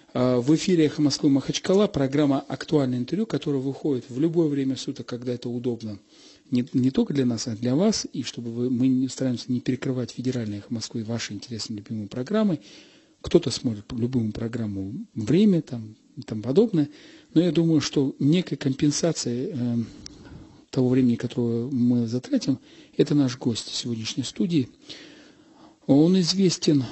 В эфире «Эхо Москвы» Махачкала, программа «Актуальное интервью», которая выходит в любое время суток, когда это удобно. Не только для нас, а для вас, и чтобы мы стараемся не перекрывать федеральное «Эхо Москвы» ваши интересные любимые программы. Кто-то смотрит любую программу «Время» там, и тому подобное. Но я думаю, что некой компенсацией того времени, которое мы затратим, это наш гость сегодняшней студии. Он известен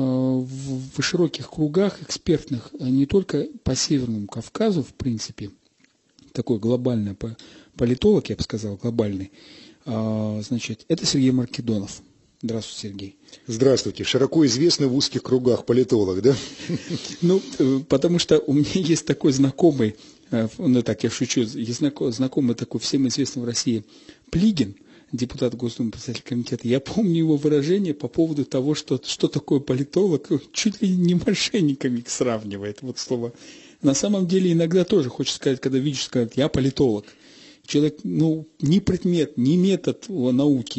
в широких кругах экспертных не только по Северному Кавказу, в принципе, такой глобальный политолог, я бы сказал, глобальный. Значит, это Сергей Маркедонов. Здравствуйте, Сергей. Здравствуйте. Широко известный в узких кругах политолог, да? Ну, потому что у меня есть такой знакомый, ну так, я шучу, есть знакомый такой всем известный в России Плигин, депутат Госдумы, председатель комитета. Я помню его выражение по поводу того, что такое политолог, чуть ли не мошенниками их сравнивает. Вот слово. На самом деле иногда тоже хочется сказать, когда видишь, сказать, я политолог. Человек, ни предмет, ни метод науки,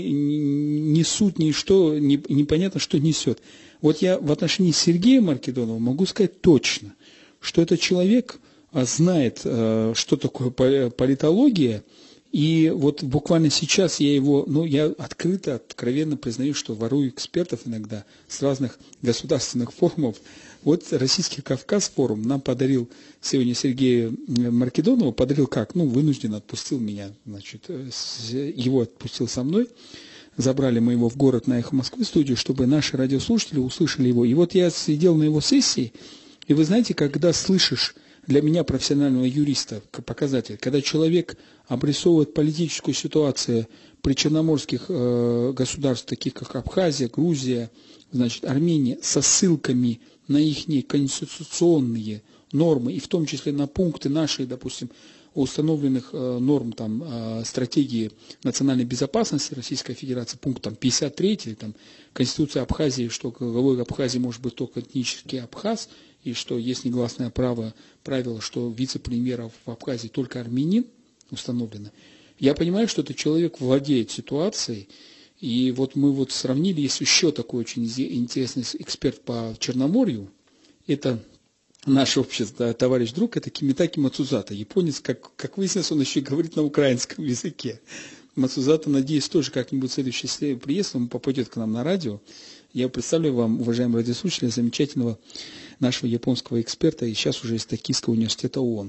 ни суть, ни что, непонятно, что несет. Вот я в отношении Сергея Маркедонова могу сказать точно, что этот человек знает, что такое политология. И вот буквально сейчас я открыто, откровенно признаю, что ворую экспертов иногда с разных государственных форумов. Вот Российский Кавказ форум нам подарил сегодня Сергея Маркедонова, вынужденно отпустил меня, значит, его отпустил со мной, забрали мы его в город на «Эхо Москвы» студию, чтобы наши радиослушатели услышали его. И вот я сидел на его сессии, и вы знаете, когда слышишь, для меня, профессионального юриста, показатель, когда человек обрисовывает политическую ситуацию причерноморских государств, таких как Абхазия, Грузия, значит, Армения, со ссылками на их конституционные нормы, и в том числе на пункты нашей, допустим, установленных норм стратегии национальной безопасности Российской Федерации, пункт 53, или Конституция Абхазии, что главой Абхазии может быть только этнический абхаз, и что есть негласное правило, что вице-премьер в Абхазии только армянин, установлено. Я понимаю, что этот человек владеет ситуацией, и вот мы сравнили, есть еще такой очень интересный эксперт по Черноморью, это наш общий товарищ друг, это Кимитаки Мацузата, японец, как выяснилось, он еще и говорит на украинском языке. Мацузата, надеюсь, тоже как-нибудь следующий приезд, он попадет к нам на радио. Я представляю вам, уважаемые радиослушатели, замечательного нашего японского эксперта, и сейчас уже из Токийского университета ООН.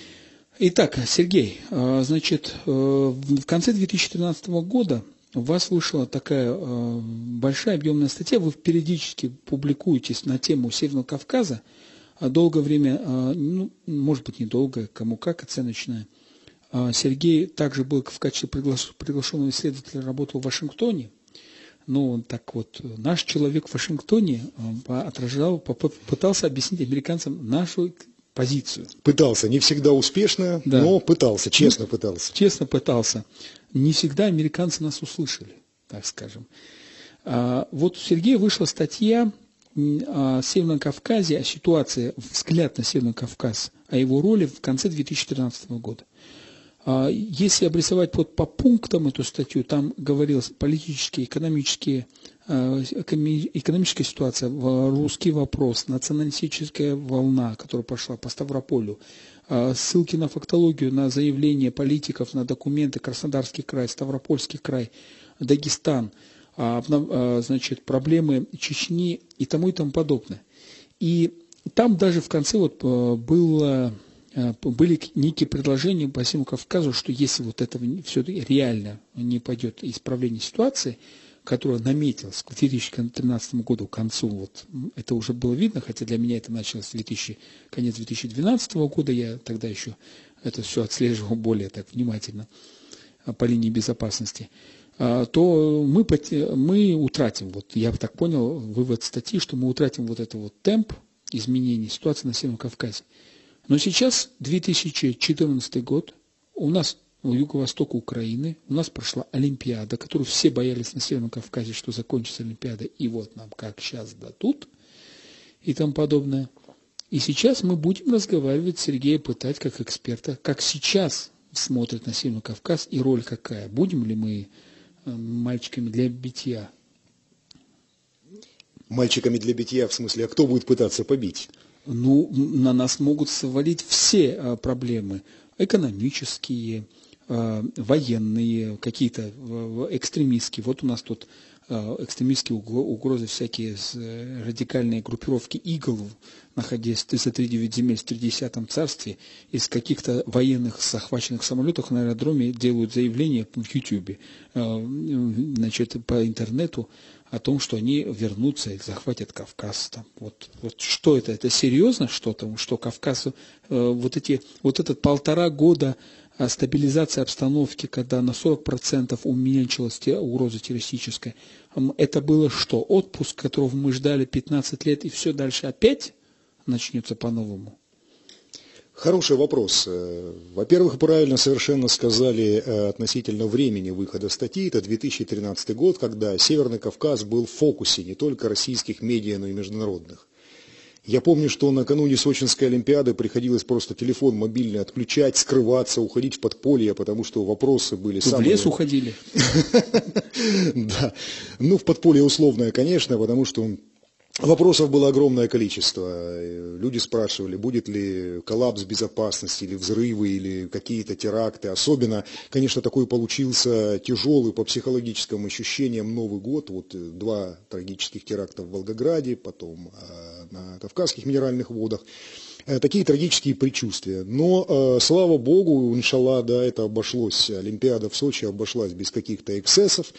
Итак, Сергей, значит, в конце 2013 года у вас вышла такая большая объемная статья, вы периодически публикуетесь на тему Северного Кавказа, долгое время, может быть, недолго, кому как, оценочное. Сергей также был в качестве приглашенного исследователя, работал в Вашингтоне. Наш человек в Вашингтоне пытался объяснить американцам нашу позицию. Пытался, не всегда успешно, да. Но пытался, честно пытался. Честно пытался. Не всегда американцы нас услышали, так скажем. Вот у Сергея вышла статья о Северном Кавказе, о ситуации, взгляд на Северный Кавказ, о его роли в конце 2013 года. Если обрисовать по пунктам эту статью, там говорилось политические, экономическая ситуация, русский вопрос, националистическая волна, которая пошла по Ставрополю, ссылки на фактологию, на заявления политиков, на документы, Краснодарский край, Ставропольский край, Дагестан, значит, проблемы Чечни и тому подобное. И там даже в конце были некие предложения по Северному Кавказу, что если это все реально не пойдет исправление ситуации, которая наметилась к 2013 году, к концу, это уже было видно, хотя для меня это началось конец 2012 года, я тогда еще это все отслеживал более так внимательно по линии безопасности, то мы утратим, я так понял, вывод статьи, что мы утратим этот темп изменений ситуации на Северном Кавказе. Но сейчас 2014 год, у нас у юго-востока Украины, у нас прошла Олимпиада, которую все боялись на Северном Кавказе, что закончится Олимпиада, и вот нам как сейчас дадут, и тому подобное. И сейчас мы будем разговаривать, Сергея пытать как эксперта, как сейчас смотрят на Северный Кавказ и роль какая. Будем ли мы мальчиками для битья? Мальчиками для битья, в смысле, а кто будет пытаться побить? Ну, на нас могут свалить все проблемы. Экономические, военные, какие-то экстремистские. Вот у нас тут экстремистские угрозы всякие, радикальные группировки ИГИЛ, находясь за 3-9 земель в Тридесятом царстве, из каких-то военных захваченных самолетов на аэродроме делают заявление в Ютьюбе, значит, по интернету о том, что они вернутся и захватят Кавказ. Там. Вот что это? Это серьезно что-то? Что Кавказ, вот этот 1,5 года стабилизация обстановки, когда на 40% уменьшилась угроза террористическая, это было что? Отпуск, которого мы ждали 15 лет, и все дальше опять начнется по-новому? Хороший вопрос. Во-первых, правильно совершенно сказали относительно времени выхода статьи. Это 2013 год, когда Северный Кавказ был в фокусе не только российских медиа, но и международных. Я помню, что накануне Сочинской Олимпиады приходилось просто телефон мобильный отключать, скрываться, уходить в подполье, потому что вопросы были самые... В лес уходили? Да. Ну, в подполье условное, конечно, потому что вопросов было огромное количество. Люди спрашивали, будет ли коллапс безопасности, или взрывы, или какие-то теракты. Особенно, конечно, такой получился тяжелый по психологическим ощущениям Новый год. Вот 2 трагических теракта в Волгограде, потом на Кавказских минеральных водах. Такие трагические предчувствия. Но, слава богу, иншаллах, да, это обошлось. Олимпиада в Сочи обошлась без каких-то эксцессов.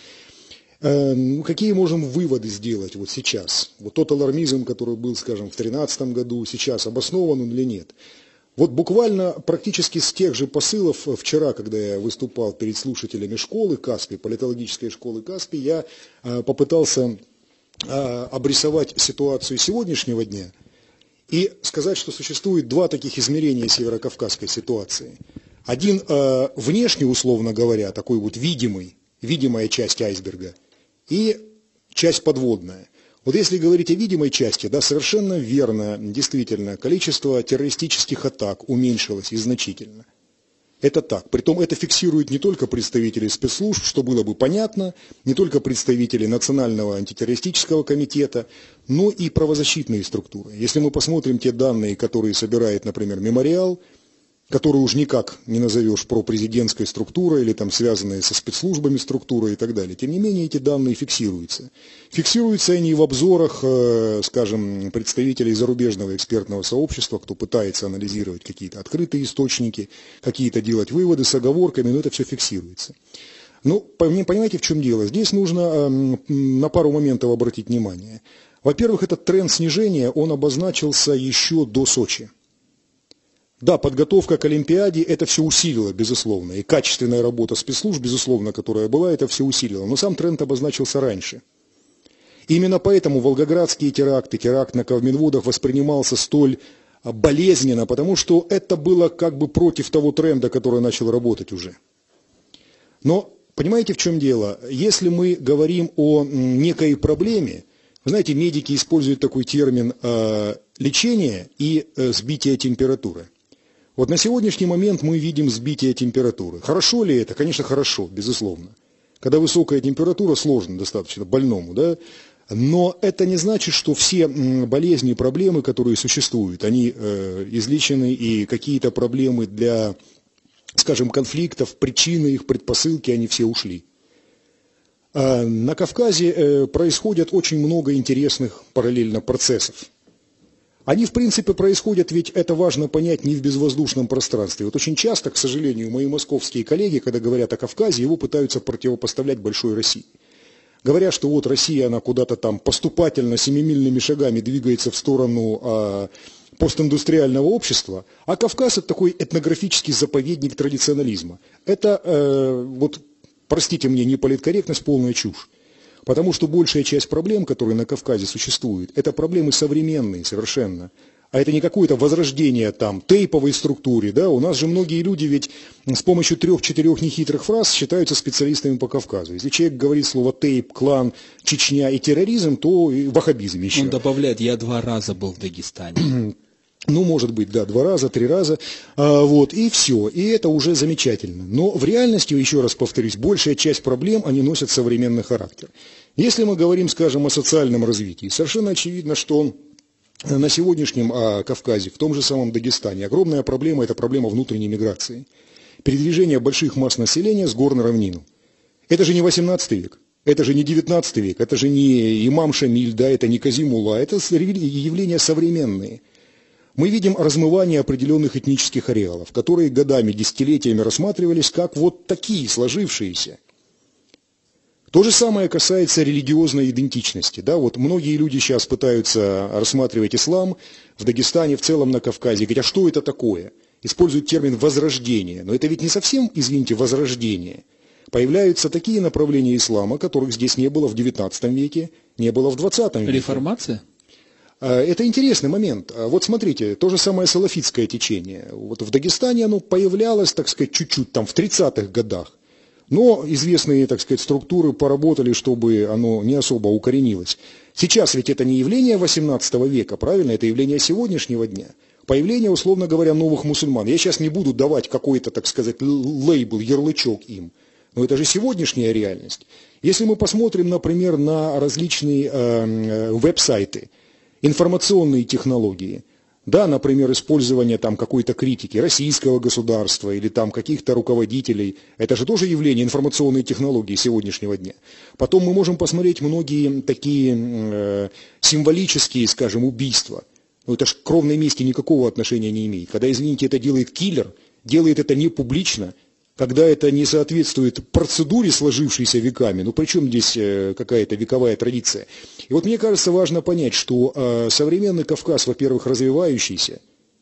Какие можем выводы сделать вот сейчас? Вот тот алармизм, который был, скажем, в 2013 году, сейчас обоснован он или нет? Вот буквально практически с тех же посылов вчера, когда я выступал перед слушателями школы Каспий, политологической школы Каспий, я попытался обрисовать ситуацию сегодняшнего дня и сказать, что существует 2 таких измерения северокавказской ситуации. Один внешний, условно говоря, такой вот видимая часть айсберга, и часть подводная. Вот если говорить о видимой части, да, совершенно верно, действительно, количество террористических атак уменьшилось и значительно. Это так. Притом это фиксируют не только представители спецслужб, что было бы понятно, не только представители Национального антитеррористического комитета, но и правозащитные структуры. Если мы посмотрим те данные, которые собирает, например, Мемориал, которые уж никак не назовешь пропрезидентской структурой или там связанные со спецслужбами структурой и так далее. Тем не менее, эти данные фиксируются. Фиксируются они в обзорах, скажем, представителей зарубежного экспертного сообщества, кто пытается анализировать какие-то открытые источники, какие-то делать выводы с оговорками, но это все фиксируется. Ну, понимаете, в чем дело? Здесь нужно на пару моментов обратить внимание. Во-первых, этот тренд снижения, он обозначился еще до Сочи. Да, подготовка к Олимпиаде это все усилило, безусловно, и качественная работа спецслужб, безусловно, которая была, это все усилило, но сам тренд обозначился раньше. Именно поэтому волгоградские теракты, теракт на Кавминводах воспринимался столь болезненно, потому что это было как бы против того тренда, который начал работать уже. Но понимаете, в чем дело? Если мы говорим о некой проблеме, вы знаете, медики используют такой термин лечение и сбитие температуры. Вот на сегодняшний момент мы видим сбитие температуры. Хорошо ли это? Конечно, хорошо, безусловно. Когда высокая температура, сложно достаточно больному, да? Но это не значит, что все болезни и проблемы, которые существуют, они излечены, и какие-то проблемы для, скажем, конфликтов, причины их, предпосылки, они все ушли. На Кавказе происходит очень много интересных параллельно процессов. Они, в принципе, происходят, ведь это важно понять, не в безвоздушном пространстве. Вот очень часто, к сожалению, мои московские коллеги, когда говорят о Кавказе, его пытаются противопоставлять большой России. Говорят, что вот Россия, она куда-то там поступательно, семимильными шагами двигается в сторону постиндустриального общества, а Кавказ – это такой этнографический заповедник традиционализма. Это, вот, простите мне, неполиткорректность, полная чушь. Потому что большая часть проблем, которые на Кавказе существуют, это проблемы современные совершенно. А это не какое-то возрождение там тейповой структуре. Да? У нас же многие люди ведь с помощью 3-4 нехитрых фраз считаются специалистами по Кавказу. Если человек говорит слово тейп, клан, Чечня и терроризм, то и ваххабизм еще. Он добавляет, я 2 раза был в Дагестане. Ну, может быть, да, 2 раза, 3 раза, вот, и все, и это уже замечательно. Но в реальности, еще раз повторюсь, большая часть проблем, они носят современный характер. Если мы говорим, скажем, о социальном развитии, совершенно очевидно, что на сегодняшнем Кавказе, в том же самом Дагестане, огромная проблема – это проблема внутренней миграции. Передвижение больших масс населения с гор на равнину. Это же не 18 век, это же не 19 век, это же не имам Шамиль, да, это не Казимулла, это явления современные. Мы видим размывание определенных этнических ареалов, которые годами, десятилетиями рассматривались как вот такие сложившиеся. То же самое касается религиозной идентичности. Да? Вот многие люди сейчас пытаются рассматривать ислам в Дагестане, в целом на Кавказе, говорят, а что это такое? Используют термин «возрождение». Но это ведь не совсем, извините, возрождение. Появляются такие направления ислама, которых здесь не было в XIX веке, не было в XX веке. Реформация? Это интересный момент. Вот смотрите, то же самое салафитское течение. Вот в Дагестане оно появлялось, так сказать, чуть-чуть там в 30-х годах. Но известные, так сказать, структуры поработали, чтобы оно не особо укоренилось. Сейчас ведь это не явление 18 века, правильно? Это явление сегодняшнего дня. Появление, условно говоря, новых мусульман. Я сейчас не буду давать какой-то, так сказать, лейбл, ярлычок им. Но это же сегодняшняя реальность. Если мы посмотрим, например, на различные веб-сайты, информационные технологии, да, например, использование там какой-то критики российского государства или там каких-то руководителей, это же тоже явление информационной технологии сегодняшнего дня. Потом мы можем посмотреть многие такие символические, скажем, убийства. Но это же к кровной мести никакого отношения не имеет. Когда, извините, это делает киллер, делает это не публично, когда это не соответствует процедуре, сложившейся веками, ну причем здесь какая-то вековая традиция. И вот мне кажется, важно понять, что современный Кавказ, во-первых, развивающийся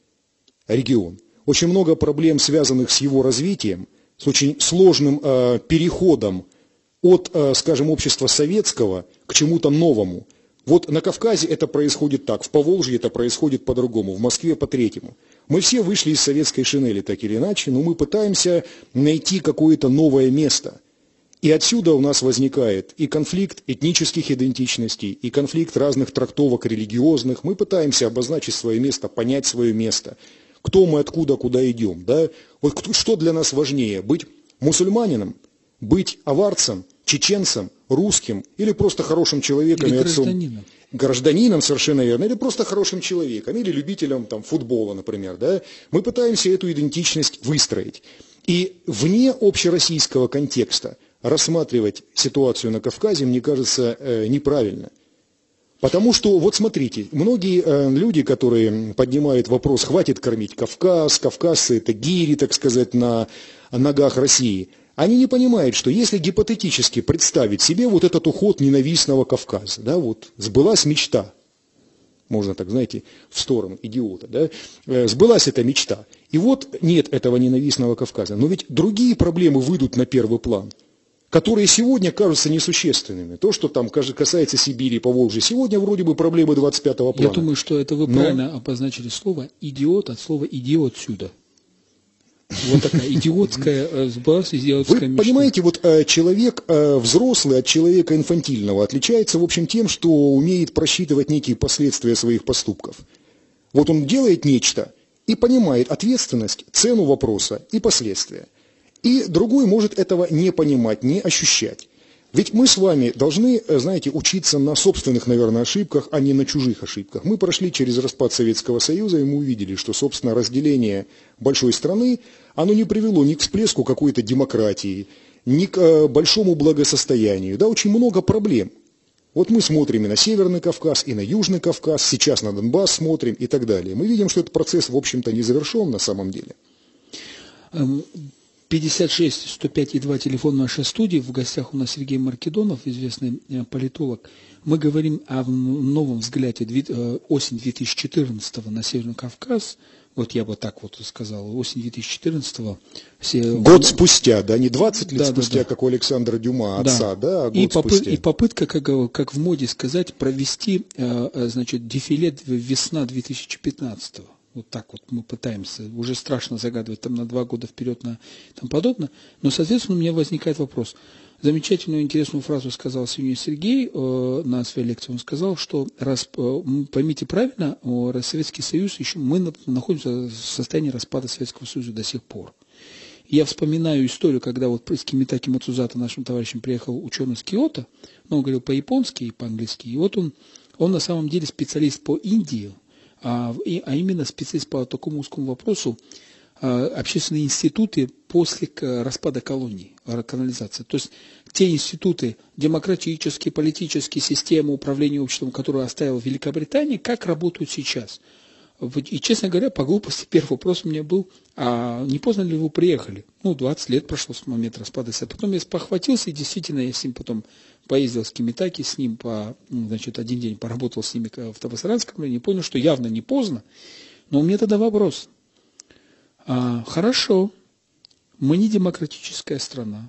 регион, очень много проблем, связанных с его развитием, с очень сложным переходом от, скажем, общества советского к чему-то новому. Вот на Кавказе это происходит так, в Поволжье это происходит по-другому, в Москве по-третьему. Мы все вышли из советской шинели, так или иначе, но мы пытаемся найти какое-то новое место. И отсюда у нас возникает и конфликт этнических идентичностей, и конфликт разных трактовок религиозных. Мы пытаемся обозначить свое место, понять свое место. Кто мы, откуда, куда идем. Да? Вот что для нас важнее, быть мусульманином, быть аварцем, чеченцем, русским или просто хорошим человеком или и отцом. гражданином. Гражданином, совершенно верно, или просто хорошим человеком, или любителем там, футбола, например. Да? Мы пытаемся эту идентичность выстроить. И вне общероссийского контекста рассматривать ситуацию на Кавказе, мне кажется, неправильно. Потому что, вот смотрите, многие люди, которые поднимают вопрос, хватит кормить Кавказ, кавказцы это гири, так сказать, на ногах России, они не понимают, что если гипотетически представить себе вот этот уход ненавистного Кавказа, да, вот сбылась мечта, можно так, знаете, в сторону идиота, да, сбылась эта мечта, и вот нет этого ненавистного Кавказа, но ведь другие проблемы выйдут на первый план, которые сегодня кажутся несущественными. То, что там касается Сибири и Поволжья, сегодня вроде бы проблемы 25-го плана. Я думаю, что это вы правильно обозначили слово «идиот» от слова «идиот» сюда. Вот такая идиотская сбылась, идиотская мечта. Вы понимаете, вот человек взрослый от человека инфантильного отличается, в общем, тем, что умеет просчитывать некие последствия своих поступков. Вот он делает нечто и понимает ответственность, цену вопроса и последствия. И другой может этого не понимать, не ощущать. Ведь мы с вами должны, знаете, учиться на собственных, наверное, ошибках, а не на чужих ошибках. Мы прошли через распад Советского Союза, и мы увидели, что, собственно, разделение большой страны, оно не привело ни к всплеску какой-то демократии, ни к большому благосостоянию. Да, очень много проблем. Вот мы смотрим и на Северный Кавказ, и на Южный Кавказ, сейчас на Донбасс смотрим и так далее. Мы видим, что этот процесс, в общем-то, не завершен на самом деле. 56-105-2, телефон нашей студии. В гостях у нас Сергей Маркедонов, известный политолог. Мы говорим о новом взгляде осень 2014 на Северный Кавказ. Вот я бы так вот сказал, осень 2014-го. Год спустя, да, не 20 лет спустя, как у Александра Дюма, отца, да, а год спустя. И попытка, как в моде сказать, провести, значит, дефиле весна 2015-го. Вот так вот мы пытаемся, уже страшно загадывать там на 2 года вперед, на там подобное. Но, соответственно, у меня возникает вопрос. Замечательную, интересную фразу сказал сегодня Сергей на своей лекции. Он сказал, что, поймите правильно, Советский Союз, еще мы находимся в состоянии распада Советского Союза до сих пор. Я вспоминаю историю, когда вот с Кимитаки Мацузата, нашим товарищем, приехал ученый с Киото, но он говорил по-японски и по-английски. И вот он на самом деле специалист по Индии, а именно специалист по такому узкому вопросу общественные институты после распада колонии, колонизации. То есть те институты демократические, политические, системы управления обществом, которые оставила Великобритания, как работают сейчас. И, честно говоря, по глупости, первый вопрос у меня был, а не поздно ли вы приехали? 20 лет прошло с момента распада СССР. Потом я спохватился, и действительно я с ним потом поездил с Кимитаки, с ним один день поработал с ними в Табасаранском районе, понял, что явно не поздно. Но у меня тогда вопрос. Хорошо, мы не демократическая страна,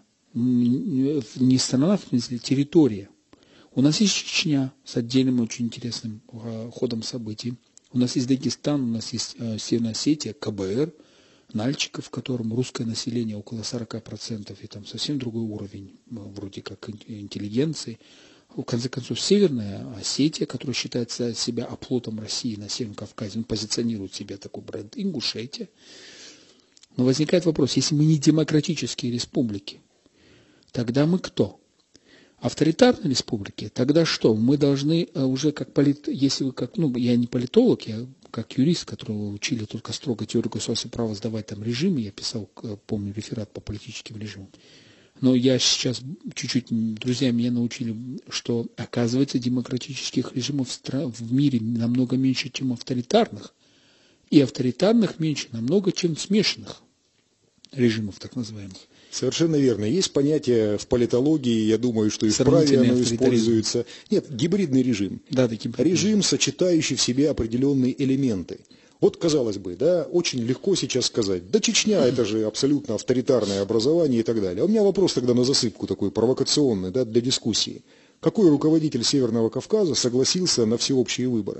не страна, в смысле территория. У нас есть Чечня с отдельным очень интересным ходом событий. У нас есть Дагестан, у нас есть Северная Осетия, КБР, Нальчиков, в котором русское население около 40%, и там совсем другой уровень, вроде как интеллигенции. В конце концов, Северная Осетия, которая считает себя оплотом России на Северном Кавказе, он позиционирует себя такой бренд, Ингушетия. Но возникает вопрос, если мы не демократические республики, тогда мы кто? Авторитарные республики? Тогда что? Мы должны уже если вы я не политолог, я как юрист, которого учили только строго теорию государственного права сдавать там режимы, я писал, помню, реферат по политическим режимам. Но я сейчас чуть-чуть, друзья меня научили, что оказывается демократических режимов в мире намного меньше, чем авторитарных. И авторитарных меньше намного, чем смешанных режимов, так называемых. Совершенно верно. Есть понятие в политологии, я думаю, что и в праве оно используется. Нет, гибридный режим. Да, таким режим, сочетающий в себе определенные элементы. Вот, казалось бы, очень легко сейчас сказать, да Чечня это же абсолютно авторитарное образование и так далее. А у меня вопрос тогда на засыпку такой провокационный, для дискуссии. Какой руководитель Северного Кавказа согласился на всеобщие выборы?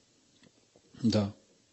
Да.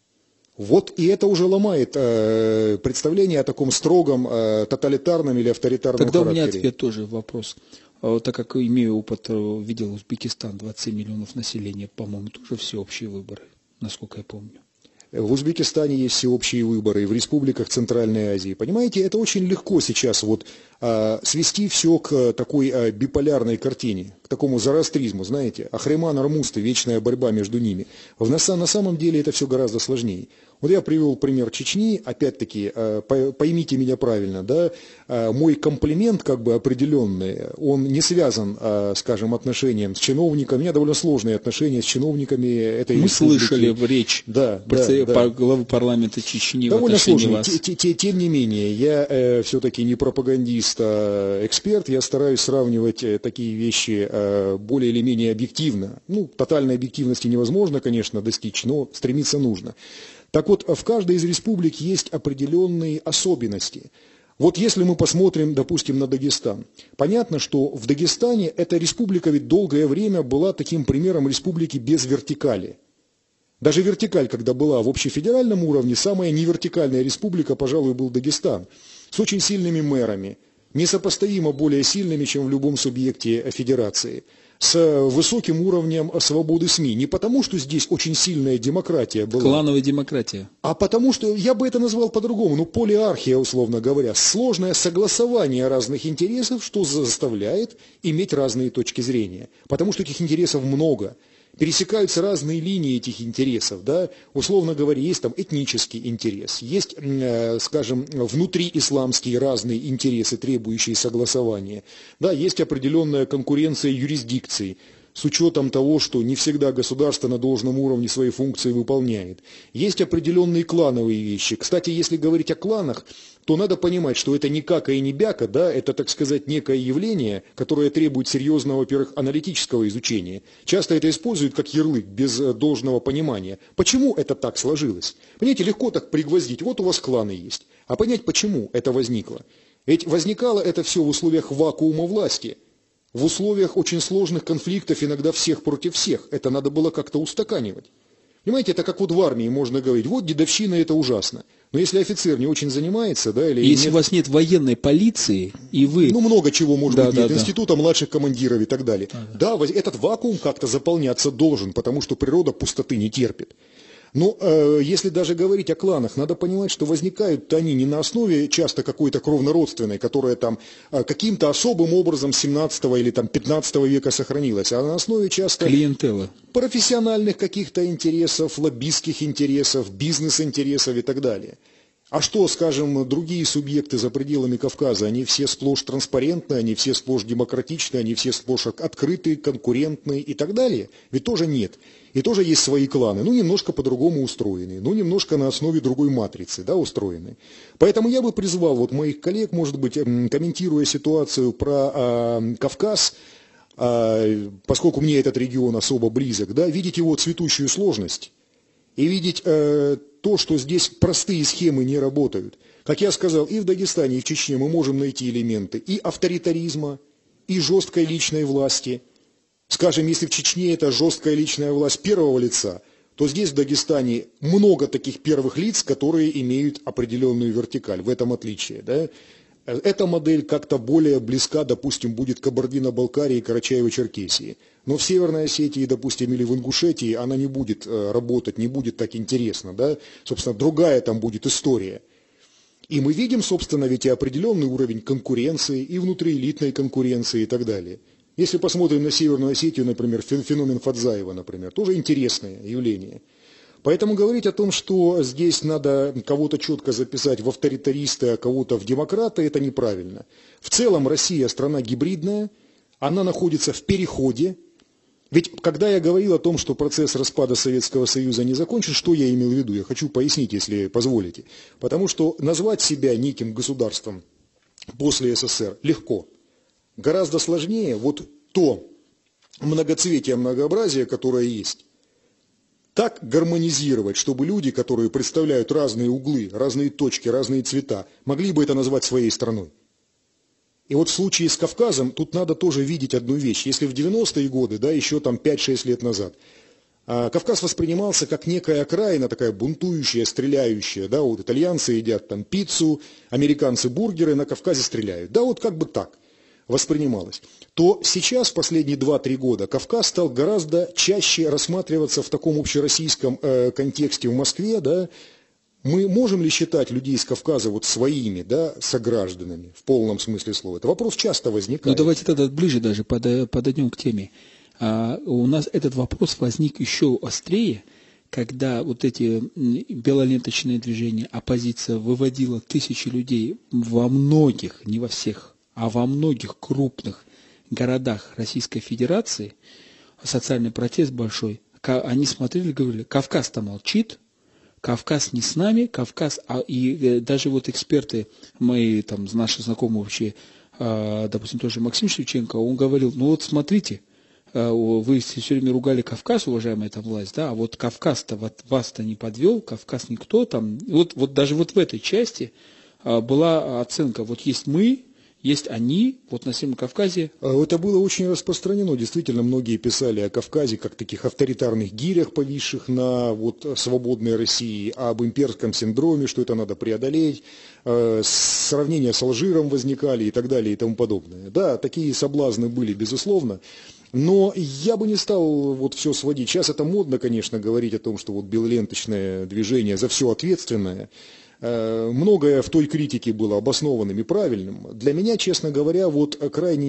Вот и это уже ломает представление о таком строгом тоталитарном или авторитарном характере. Тогда у меня ответ тоже вопрос. Так как имею опыт, видел Узбекистан, 27 миллионов населения, по-моему, тоже всеобщие выборы, насколько я помню. В Узбекистане есть всеобщие выборы, в республиках Центральной Азии. Понимаете, это очень легко сейчас свести все к такой биполярной картине, к такому зороастризму, знаете, Ахреман, Армусты, вечная борьба между ними. На самом деле это все гораздо сложнее. Вот я привел пример Чечни, опять-таки, поймите меня правильно, мой комплимент определенный, он не связан, скажем, отношением с чиновниками, у меня довольно сложные отношения с чиновниками этой Мы республики. Слышали в речь главы парламента Чечни довольно в отношении сложно. вас. Тем не менее, я все-таки не пропагандист, а эксперт, я стараюсь сравнивать такие вещи более или менее объективно. Тотальной объективности невозможно, конечно, достичь, но стремиться нужно. Так вот, в каждой из республик есть определенные особенности. Вот если мы посмотрим, допустим, на Дагестан, понятно, что в Дагестане эта республика ведь долгое время была таким примером республики без вертикали. Даже вертикаль, когда была в общефедеральном уровне, самая невертикальная республика, пожалуй, был Дагестан, с очень сильными мэрами, несопоставимо более сильными, чем в любом субъекте федерации, с высоким уровнем свободы СМИ. Не потому, что здесь очень сильная демократия была. Клановая демократия. А потому, что я бы это назвал по-другому, полиархия, условно говоря, сложное согласование разных интересов, что заставляет иметь разные точки зрения. Потому что этих интересов много. Пересекаются разные линии этих интересов, условно говоря, есть там этнический интерес, есть, скажем, внутриисламские разные интересы, требующие согласования, есть определенная конкуренция юрисдикций, с учетом того, что не всегда государство на должном уровне свои функции выполняет. Есть определенные клановые вещи. Кстати, если говорить о кланах, то надо понимать, что это не кака и не бяка, это, так сказать, некое явление, которое требует серьезного, во-первых, аналитического изучения. Часто это используют как ярлык, без должного понимания. Почему это так сложилось? Понимаете, легко так пригвоздить, вот у вас кланы есть. А понять, почему это возникло? Ведь возникало это все в условиях вакуума власти. В условиях очень сложных конфликтов, иногда всех против всех. Это надо было как-то устаканивать. Понимаете, это как в армии можно говорить, вот дедовщина это ужасно. Но если офицер не очень занимается, или если у вас нет военной полиции, и вы... много чего может быть нет, института младших командиров и так далее. Этот вакуум как-то заполняться должен, потому что природа пустоты не терпит. Но если даже говорить о кланах, надо понимать, что возникают они не на основе часто какой-то кровнородственной, которая там каким-то особым образом 17 или там 15 века сохранилась, а на основе часто клиентела, профессиональных каких-то интересов, лоббистских интересов, бизнес-интересов и так далее. А что, скажем, другие субъекты за пределами Кавказа, они все сплошь транспарентны, они все сплошь демократичны, они все сплошь открыты, конкурентны и так далее? Ведь тоже нет. И тоже есть свои кланы, ну немножко по-другому устроены, ну немножко на основе другой матрицы, да, устроены. Поэтому я бы призвал вот моих коллег, может быть, комментируя ситуацию про Кавказ, поскольку мне этот регион особо близок, да, видеть его цветущую сложность и видеть то, что здесь простые схемы не работают. Как я сказал, и в Дагестане, и в Чечне мы можем найти элементы и авторитаризма, и жесткой личной власти. Скажем, если в Чечне это жесткая личная власть первого лица, то здесь, в Дагестане, много таких первых лиц, которые имеют определенную вертикаль, в этом отличие. Да? Эта модель как-то более близка, допустим, будет к Кабардино-Балкарии и Карачаево-Черкесии. Но в Северной Осетии, допустим, или в Ингушетии она не будет работать, не будет так интересно. Да? Собственно, другая там будет история. И мы видим, собственно, ведь и определенный уровень конкуренции, и внутриэлитной конкуренции и так далее. Если посмотрим на Северную Осетию, например, феномен Фадзаева, например, тоже интересное явление. Поэтому говорить о том, что здесь надо кого-то четко записать в авторитаристы, а кого-то в демократы, это неправильно. В целом Россия страна гибридная, она находится в переходе. Ведь когда я говорил о том, что процесс распада Советского Союза не закончен, что я имел в виду? Я хочу пояснить, если позволите. Потому что назвать себя неким государством после СССР легко. Гораздо сложнее вот то многоцветие, многообразие, которое есть, так гармонизировать, чтобы люди, которые представляют разные углы, разные точки, разные цвета, могли бы это назвать своей страной. И вот в случае с Кавказом тут надо тоже видеть одну вещь. Если в 90-е годы, да, еще там 5-6 лет назад, Кавказ воспринимался как некая окраина, такая бунтующая, стреляющая, да, вот итальянцы едят там пиццу, американцы бургеры, на Кавказе стреляют. Да, вот как бы так воспринималось, то сейчас, последние 2-3 года, Кавказ стал гораздо чаще рассматриваться в таком общероссийском контексте в Москве. Да. Мы можем ли считать людей из Кавказа вот своими, да, согражданами, в полном смысле слова? Это вопрос часто возникает. Ну давайте тогда ближе даже подойдем к теме. У нас этот вопрос возник еще острее, когда вот эти белоленточные движения, оппозиция выводила тысячи людей во многих, не во всех, а во многих крупных городах Российской Федерации, социальный протест большой, они смотрели и говорили, Кавказ-то молчит, Кавказ не с нами, Кавказ, и даже вот эксперты, мои там, наши знакомые вообще, допустим, тоже Максим Шевченко, он говорил, ну вот смотрите, вы все время ругали Кавказ, уважаемая там власть, да, а вот Кавказ-то вас-то не подвел, Кавказ никто там, вот даже вот в этой части была оценка, вот есть мы, есть они, вот на Северном Кавказе. Это было очень распространено. Действительно, многие писали о Кавказе как таких авторитарных гирях, повисших на вот, свободной России, об имперском синдроме, что это надо преодолеть. Сравнения с Алжиром возникали и так далее и тому подобное. Да, такие соблазны были, безусловно. Но я бы не стал вот все сводить. Сейчас это модно, конечно, говорить о том, что вот белоленточное движение за все ответственное. Многое в той критике было обоснованным и правильным. Для меня, честно говоря, вот крайне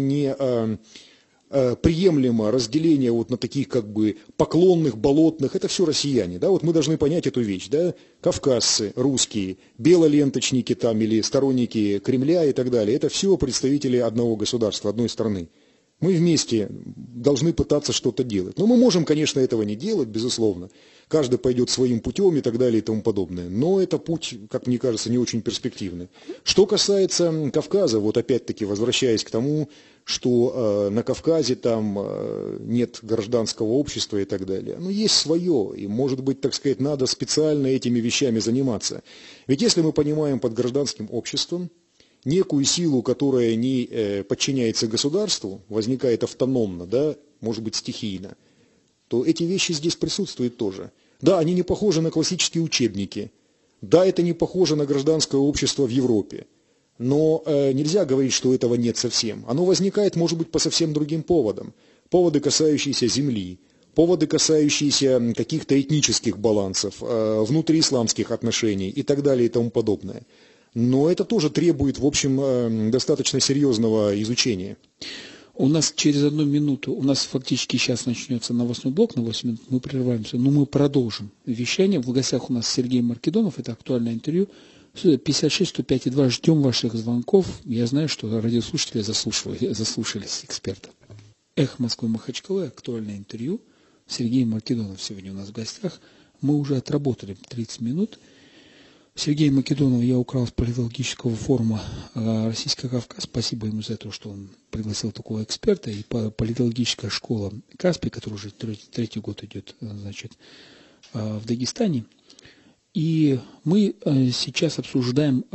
неприемлемо разделение вот на таких как бы поклонных, болотных. Это все россияне. Да? Вот мы должны понять эту вещь. Да? Кавказцы, русские, белоленточники там или сторонники Кремля и так далее. Это все представители одного государства, одной страны. Мы вместе должны пытаться что-то делать. Но мы можем, конечно, этого не делать, безусловно. Каждый пойдет своим путем и так далее и тому подобное. Но это путь, как мне кажется, не очень перспективный. Что касается Кавказа, вот опять-таки возвращаясь к тому, что на Кавказе там нет гражданского общества и так далее. Но есть свое, и, может быть, так сказать, надо специально этими вещами заниматься. Ведь если мы понимаем под гражданским обществом некую силу, которая не подчиняется государству, возникает автономно, да, может быть, стихийно, то эти вещи здесь присутствуют тоже. Да, они не похожи на классические учебники. Да, это не похоже на гражданское общество в Европе. Но нельзя говорить, что этого нет совсем. Оно возникает, может быть, по совсем другим поводам. Поводы, касающиеся земли, поводы, касающиеся каких-то этнических балансов, внутриисламских отношений и так далее и тому подобное. Но это тоже требует, в общем, достаточно серьезного изучения. У нас через 1 минуту, у нас фактически сейчас начнется новостной блок на 8 минут, мы прерываемся, но мы продолжим вещание. В гостях у нас Сергей Маркедонов, это актуальное интервью. 56-105-2, ждем ваших звонков. Я знаю, что радиослушатели заслушались экспертов. Эхо Москвы, Махачкала, актуальное интервью. Сергей Маркедонов сегодня у нас в гостях. Мы уже отработали 30 минут. Сергей Македонов я украл с политологического форума «Российский Кавказ». Спасибо ему за то, что он пригласил такого эксперта. И политологическая школа Каспий, которая уже третий год идет, значит, в Дагестане. И мы сейчас обсуждаем,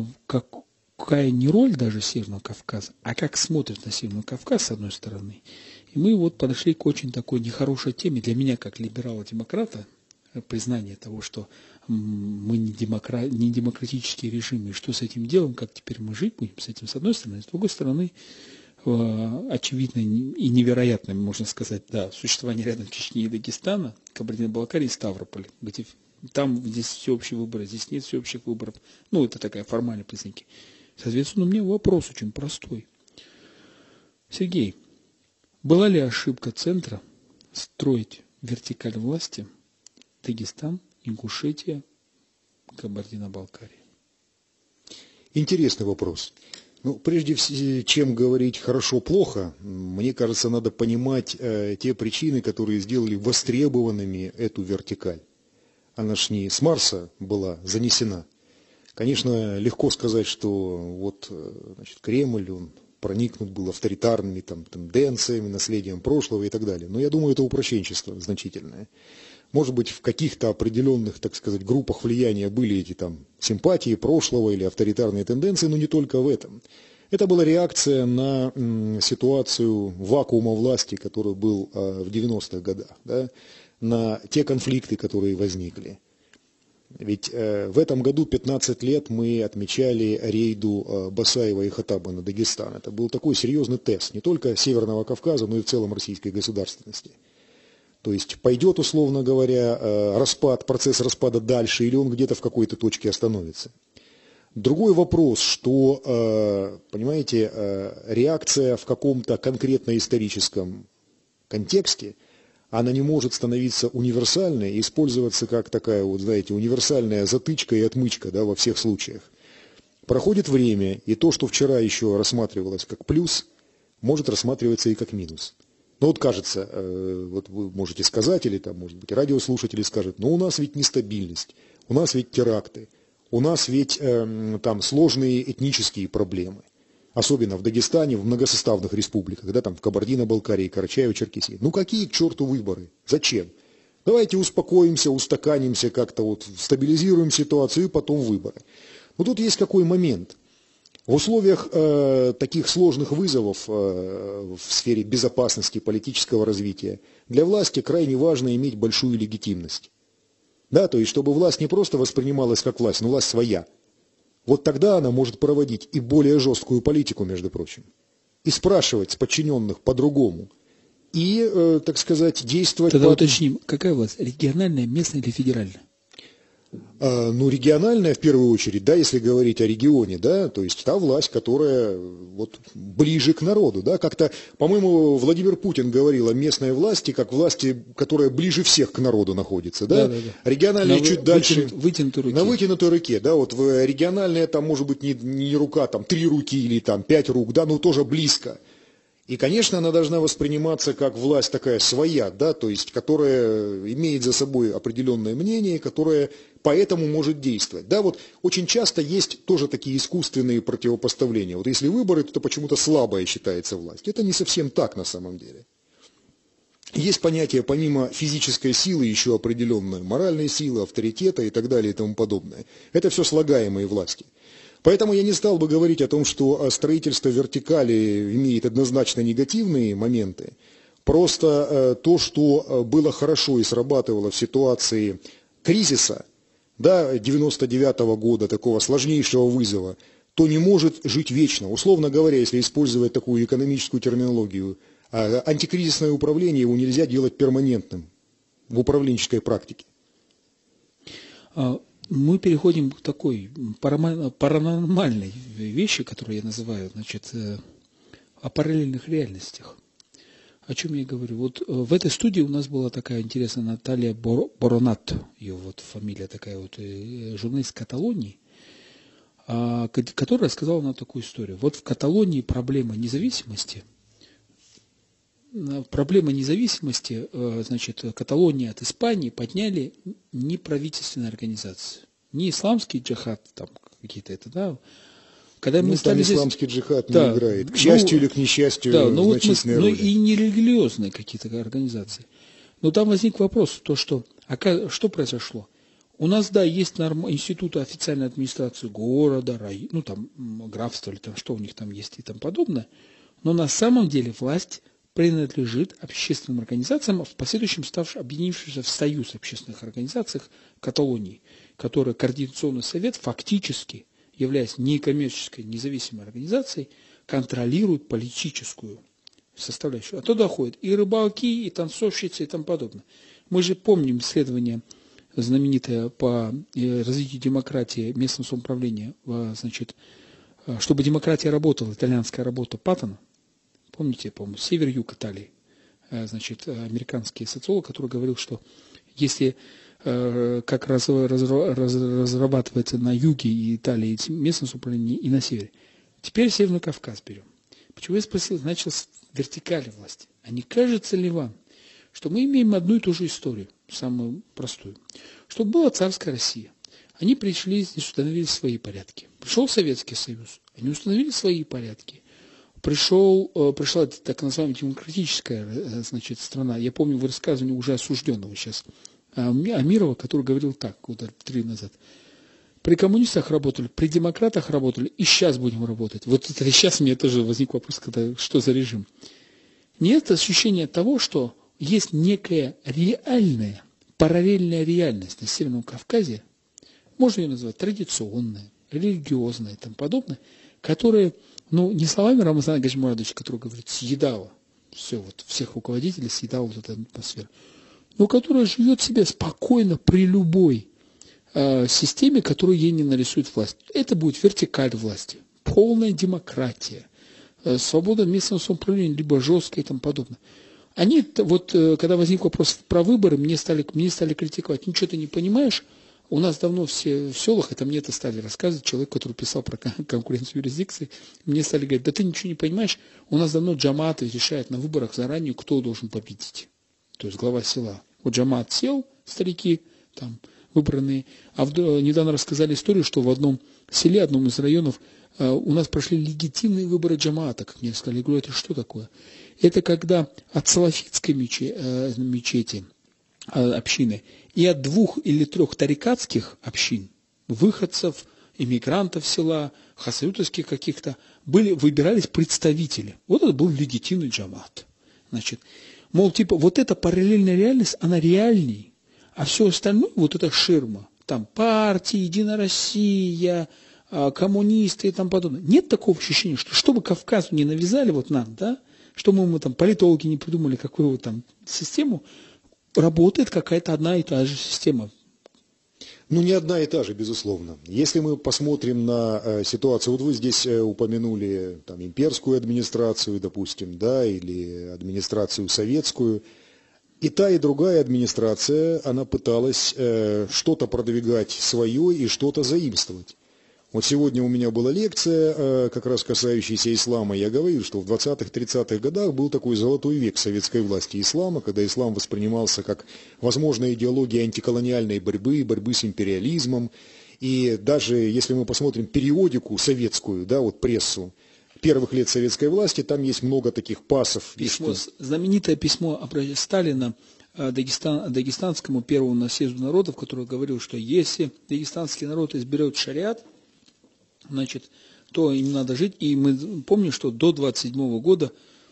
какая не роль даже Северного Кавказа, а как смотрят на Северный Кавказ с одной стороны. И мы вот подошли к очень такой нехорошей теме для меня, как либерала-демократа, признание того, что мы не демократический режим, и что с этим делаем, как теперь мы жить будем с этим, с одной стороны, с другой стороны, очевидно и невероятно, можно сказать, да, существование рядом Чечни и Дагестана, Кабардино-Балкарии и Ставрополя, где там здесь всеобщие выборы, здесь нет всеобщих выборов, ну, это такая формальные признаки. Соответственно, у меня вопрос очень простой. Сергей, была ли ошибка центра строить вертикаль власти Дагестан, Ингушетия, Кабардино-Балкария? Интересный вопрос. Ну, прежде чем говорить хорошо-плохо, мне кажется, надо понимать те причины, которые сделали востребованными эту вертикаль. Она ж не с Марса была занесена. Конечно, легко сказать, что вот, значит, Кремль, он проникнут был авторитарными тенденциями, наследием прошлого и так далее. Но я думаю, это упрощенчество значительное. Может быть, в каких-то определенных, так сказать, группах влияния были эти симпатии прошлого или авторитарные тенденции, но не только в этом. Это была реакция на ситуацию вакуума власти, который был в 90-х годах, да, на те конфликты, которые возникли. Ведь в этом году 15 лет мы отмечали рейду Басаева и Хаттаба на Дагестан. Это был такой серьезный тест не только Северного Кавказа, но и в целом российской государственности. То есть пойдет, условно говоря, процесс распада дальше, или он где-то в какой-то точке остановится. Другой вопрос, что, понимаете, реакция в каком-то конкретно историческом контексте, она не может становиться универсальной и использоваться как такая, вот, знаете, универсальная затычка и отмычка, да, во всех случаях. Проходит время, и то, что вчера еще рассматривалось как плюс, может рассматриваться и как минус. Ну вот кажется, вот вы можете сказать, или там, может быть, радиослушатели скажут, но у нас ведь нестабильность, у нас ведь теракты, у нас ведь там сложные этнические проблемы. Особенно в Дагестане, в многосоставных республиках, да, там в Кабардино-Балкарии, Карачаево-Черкесии. Ну какие к черту выборы? Зачем? Давайте успокоимся, устаканимся, как-то вот стабилизируем ситуацию и потом выборы. Но тут есть какой момент. В условиях таких сложных вызовов в сфере безопасности, политического развития, для власти крайне важно иметь большую легитимность. Да, то есть, чтобы власть не просто воспринималась как власть, но власть своя. Вот тогда она может проводить и более жесткую политику, между прочим. И спрашивать с подчиненных по-другому. И, так сказать, действовать... Тогда уточним, какая власть? Региональная, местная или федеральная? Ну, региональная в первую очередь, да, если говорить о регионе, да, то есть та власть, которая вот ближе к народу, да, как-то, по-моему, Владимир Путин говорил о местной власти, как власти, которая ближе всех к народу находится, да, да. Региональная чуть дальше, на вытянутой руке, да, вот региональная там может быть не рука, там 3 руки или там 5 рук, да, но тоже близко. И, конечно, она должна восприниматься как власть такая своя, да, то есть, которая имеет за собой определенное мнение, которое поэтому может действовать. Да, вот очень часто есть тоже такие искусственные противопоставления. Вот если выборы, то почему-то слабая считается власть. Это не совсем так на самом деле. Есть понятие, помимо физической силы, еще определенная моральная сила, авторитета и так далее и тому подобное. Это все слагаемые власти. Поэтому я не стал бы говорить о том, что строительство вертикали имеет однозначно негативные моменты. Просто то, что было хорошо и срабатывало в ситуации кризиса, да, 99-го года, такого сложнейшего вызова, то не может жить вечно. Условно говоря, если использовать такую экономическую терминологию, А антикризисное управление его нельзя делать перманентным в управленческой практике. Мы переходим к такой паранормальной вещи, которую я называю, значит, о параллельных реальностях. О чем я говорю? Вот в этой студии у нас была такая интересная Наталья Боронат, ее вот фамилия такая вот, журналист Каталонии, которая рассказала нам такую историю. Вот в Каталонии проблема независимости, значит, Каталония от Испании подняли неправительственные организации, не исламский джихад, там какие-то это, да. Когда мы там исламский джихад не играет, к счастью или к несчастью, значительная роль. И нерелигиозные какие-то организации. Но там возник вопрос, что произошло? У нас, да, есть институты официальной администрации города, графства, или там, что у них там есть и тому подобное, но на самом деле власть принадлежит общественным организациям, в последующем объединившимся в союз общественных организаций Каталонии, который Координационный совет фактически, являясь некоммерческой независимой организацией, контролирует политическую составляющую. А туда ходят и рыбалки, и танцовщицы, и тому подобное. Мы же помним исследование знаменитое по развитию демократии местного самоуправления, значит, чтобы демократия работала, итальянская работа Паттона. Помните, по-моему, север-юг Италии, значит, американский социолог, который говорил, что если как разрабатывается на юге Италии местное самоуправление и на севере, теперь Северный Кавказ берем. Почему я спросил, начал с вертикали власти. А не кажется ли вам, что мы имеем одну и ту же историю, самую простую, что была царская Россия. Они пришли, здесь установили свои порядки. Пришел Советский Союз, они установили свои порядки. Пришла так называемая демократическая, значит, страна. Я помню высказывание уже осужденного сейчас Амирова, который говорил так, года 3 назад. При коммунистах работали, при демократах работали, и сейчас будем работать. Вот это сейчас у меня тоже возник вопрос, что за режим. Нет ощущения того, что есть некая реальная, параллельная реальность на Северном Кавказе, можно ее назвать традиционная, религиозная и тому подобное, которая, не словами Рамазана Гаджимурадовича, который говорит, съедала все, вот всех руководителей, съедала вот эта атмосфера, но которая живет себе спокойно при любой системе, которую ей не нарисует власть. Это будет вертикаль власти, полная демократия, свобода местного самоуправления, либо жесткая и тому подобное. Они, когда возник вопрос про выборы, мне стали критиковать. Ничего ты не понимаешь, у нас давно все в селах, это мне это стали рассказывать, человек, который писал про конкуренцию юрисдикции, мне стали говорить, да ты ничего не понимаешь, у нас давно джамааты решают на выборах заранее, кто должен победить. То есть глава села. Вот джамаат сел, старики, там, выбранные. Недавно рассказали историю, что в одном селе, одном из районов, у нас прошли легитимные выборы джамаата, как мне сказали. Я говорю, это что такое? Это когда от салафитской мечети, общины, и от 2 или 3 тарикатских общин, выходцев, иммигрантов села, хасаютовских каких-то, выбирались представители. Вот это был легитимный джамаат. Значит, мол, вот эта параллельная реальность, она реальней, а все остальное, вот эта ширма, там партии, Единая Россия, коммунисты и тому подобное. Нет такого ощущения, что чтобы Кавказу не навязали вот нам, да, что мы там политологи не придумали какую там систему, работает какая-то одна и та же система. Не одна и та же, безусловно. Если мы посмотрим на ситуацию, вот вы здесь упомянули там, имперскую администрацию, допустим, да, или администрацию советскую. И та, и другая администрация, она пыталась что-то продвигать свое и что-то заимствовать. Вот сегодня у меня была лекция, как раз касающаяся ислама. Я говорил, что в 20-30-х годах был такой золотой век советской власти ислама, когда ислам воспринимался как возможная идеология антиколониальной борьбы с империализмом. И даже если мы посмотрим периодику советскую, да, вот прессу первых лет советской власти, там есть много таких пассов. Знаменитое письмо Сталина дагестанскому первому съезду народов, который говорил, что если дагестанский народ изберет шариат, значит, то им надо жить. И мы помним, что до 27 года,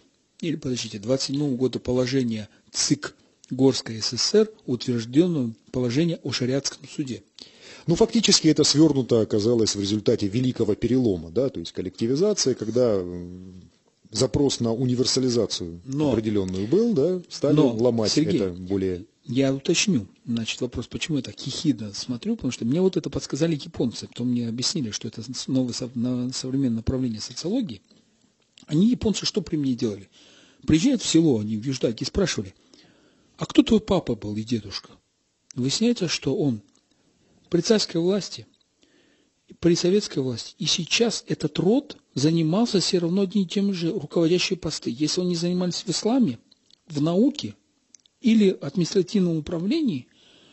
27 года положение ЦИК Горской ССР утверждено положение о шариатском суде. Фактически это свернуто оказалось в результате великого перелома, да, то есть коллективизация, когда запрос на универсализацию определенную был, да, стали ломать, Сергей, это более... Я уточню, значит, вопрос, почему я так ехидно смотрю, потому что мне вот это подсказали японцы, потом мне объяснили, что это новое современное направление социологии. Они, японцы, что при мне делали? Приезжают в село, они в Юждаке, и спрашивали, а кто твой папа был и дедушка? Выясняется, что он при царской власти, при советской власти, и сейчас этот род занимался все равно одними и теми же руководящие посты. Если они занимались в исламе, в науке, или административном управлении,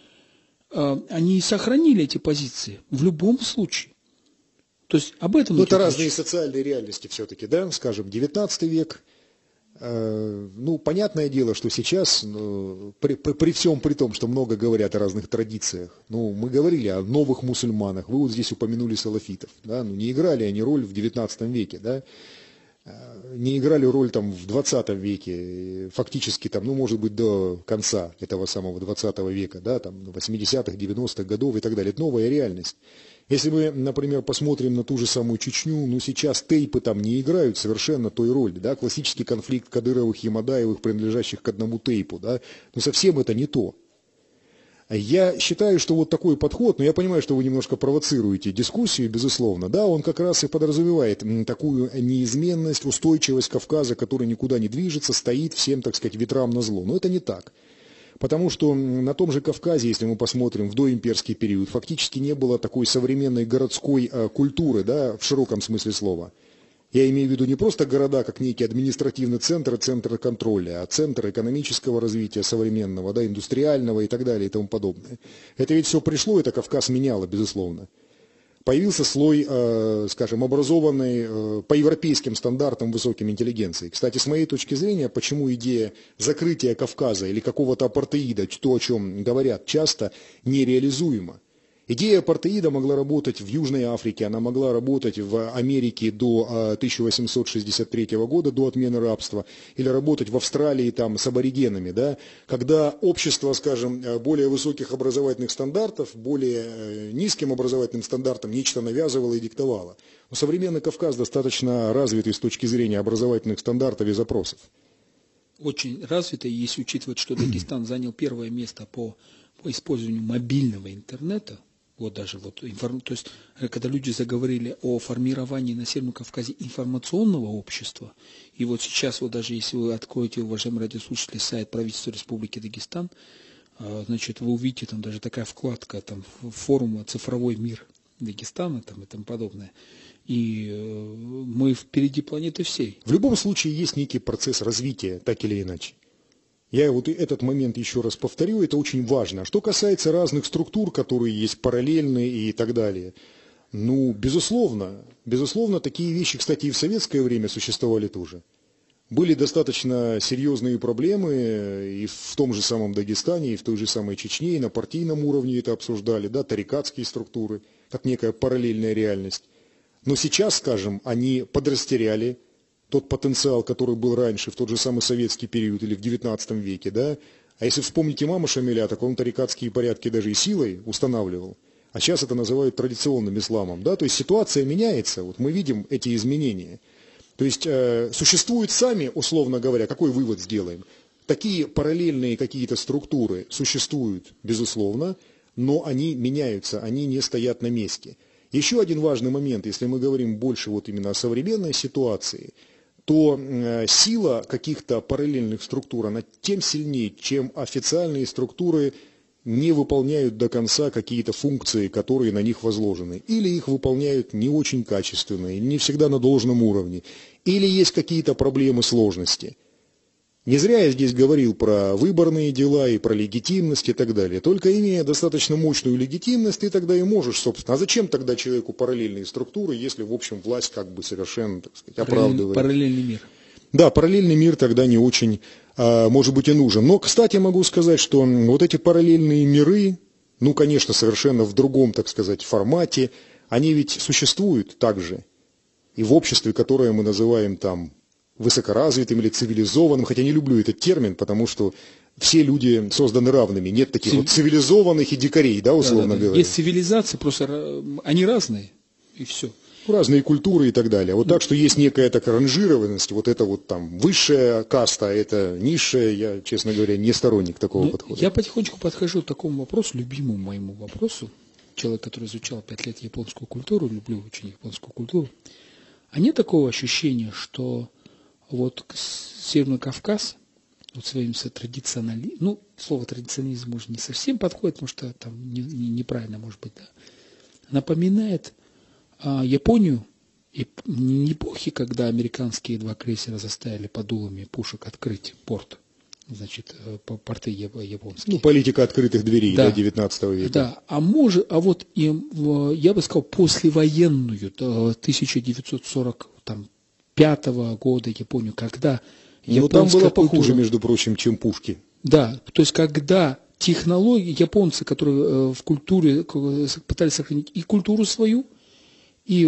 они сохранили эти позиции в любом случае. То есть об этом... Но это разные социальные реальности все-таки, да, скажем, 19 век. Ну, понятное дело, что сейчас, при всем при том, что много говорят о разных традициях, ну, мы говорили о новых мусульманах, вы вот здесь упомянули салафитов, да, ну, не играли они роль в 19 веке, да, не играли роль там в 20 веке, фактически там, ну, может быть, до конца этого самого 20 века, да, там, 80-х, 90-х годов и так далее. Это новая реальность. Если мы, например, посмотрим на ту же самую Чечню, ну, сейчас тейпы там не играют совершенно той роли, да, классический конфликт Кадыровых и Мадаевых, принадлежащих к одному тейпу, да, но совсем это не то. Я считаю, что вот такой подход, но я понимаю, что вы немножко провоцируете дискуссию, безусловно, да, он как раз и подразумевает такую неизменность, устойчивость Кавказа, который никуда не движется, стоит всем, так сказать, ветрам назло. Но это не так. Потому что на том же Кавказе, если мы посмотрим в доимперский период, фактически не было такой современной городской культуры, да, в широком смысле слова. Я имею в виду не просто города, как некий административный центр, центр контроля, а центр экономического развития современного, да, индустриального и так далее и тому подобное. Это ведь все пришло, это Кавказ меняло, безусловно. Появился слой, скажем, образованный по европейским стандартам высоким интеллигенции. Кстати, с моей точки зрения, почему идея закрытия Кавказа или какого-то апартеида, то, о чем говорят часто, нереализуема. Идея апартеида могла работать в Южной Африке, она могла работать в Америке до 1863 года, до отмены рабства, или работать в Австралии там, с аборигенами, да, когда общество, скажем, более высоких образовательных стандартов, более низким образовательным стандартам нечто навязывало и диктовало. Но современный Кавказ достаточно развитый с точки зрения образовательных стандартов и запросов. Очень развитый, если учитывать, что Дагестан занял первое место по использованию мобильного интернета. Вот даже вот, то есть, когда люди заговорили о формировании на Северном Кавказе информационного общества, и вот сейчас, вот даже если вы откроете, уважаемые радиослушатели, сайт правительства Республики Дагестан, значит, вы увидите там даже такая вкладка, там, форума «Цифровой мир Дагестана» там, и тому подобное. И мы впереди планеты всей. В любом случае есть некий процесс развития, так или иначе. Я вот этот момент еще раз повторю, это очень важно. Что касается разных структур, которые есть параллельные и так далее, ну, безусловно, такие вещи, кстати, и в советское время существовали тоже. Были достаточно серьезные проблемы и в том же самом Дагестане, и в той же самой Чечне, и на партийном уровне это обсуждали, да, тарикатские структуры, как некая параллельная реальность. Но сейчас, скажем, они подрастеряли тот потенциал, который был раньше, в тот же самый советский период или в 19 веке, да. А если вспомнить имама Шамиля, так он тарикатские порядки даже и силой устанавливал. А сейчас это называют традиционным исламом, да. То есть ситуация меняется, вот мы видим эти изменения. То есть существуют сами, условно говоря, какой вывод сделаем? Такие параллельные какие-то структуры существуют, безусловно, но они меняются, они не стоят на месте. Еще один важный момент, если мы говорим больше вот именно о современной ситуации, то сила каких-то параллельных структур, она тем сильнее, чем официальные структуры не выполняют до конца какие-то функции, которые на них возложены. Или их выполняют не очень качественно, или не всегда на должном уровне. Или есть какие-то проблемы, сложности. Не зря я здесь говорил про выборные дела и про легитимность и так далее. Только имея достаточно мощную легитимность, ты тогда и можешь, собственно. А зачем тогда человеку параллельные структуры, если, в общем, власть как бы совершенно, так сказать, оправдывает? Параллельный мир. Да, параллельный мир тогда не очень, может быть, и нужен. Но, кстати, могу сказать, что вот эти параллельные миры, ну, конечно, совершенно в другом, так сказать, формате, они ведь существуют также и в обществе, которое мы называем там высокоразвитым или цивилизованным, хотя не люблю этот термин, потому что все люди созданы равными, нет таких вот цивилизованных и дикарей, да, условно говоря. Есть цивилизации, просто они разные, и все. разные культуры и так далее. Вот так, что есть некая такая ранжированность, вот это вот там высшая каста, а это низшая, я, честно говоря, не сторонник такого подхода. Я потихонечку подхожу к такому вопросу, любимому моему вопросу. Человек, который изучал 5 лет японскую культуру, люблю очень японскую культуру. А нет такого ощущения, что вот Северный Кавказ, вот своим традиционализмом, ну, слово традиционализм может не совсем подходит, потому что там неправильно может быть, да, напоминает Японию не эпохи, когда американские 2 крейсера заставили под дулами пушек открыть порт, значит, порты японские. Ну, политика открытых дверей, да, 19 века. Да, а вот я бы сказал, послевоенную, 1945 года Японию, когда но там было похуже, между прочим, чем пушки. Да, то есть когда технологии, японцы, которые в культуре пытались сохранить и культуру свою, и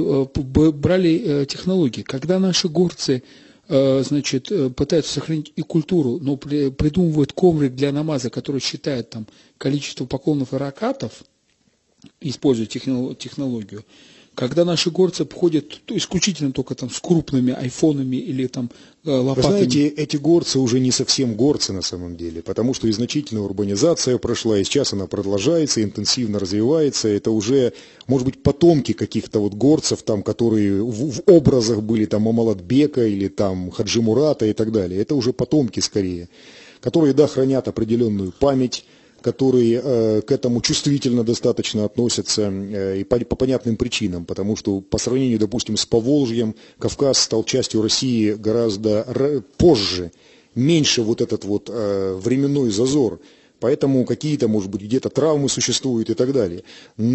брали технологии. Когда наши горцы, значит, пытаются сохранить и культуру, но придумывают коврик для намаза, который считает там количество поклонов и ракатов, используя технологию. Когда наши горцы ходят исключительно только там с крупными айфонами или там лопатами. Вы знаете, эти горцы уже не совсем горцы на самом деле, потому что и значительная урбанизация прошла, и сейчас она продолжается, интенсивно развивается. Это уже, может быть, потомки каких-то вот горцев, там, которые в образах были там Мамалатбека или там Хаджи Мурата и так далее. Это уже потомки скорее, которые, да, хранят определенную память, которые к этому чувствительно достаточно относятся и по понятным причинам, потому что по сравнению, допустим, с Поволжьем, Кавказ стал частью России гораздо позже, меньше вот этот вот временной зазор, поэтому какие-то, может быть, где-то травмы существуют и так далее.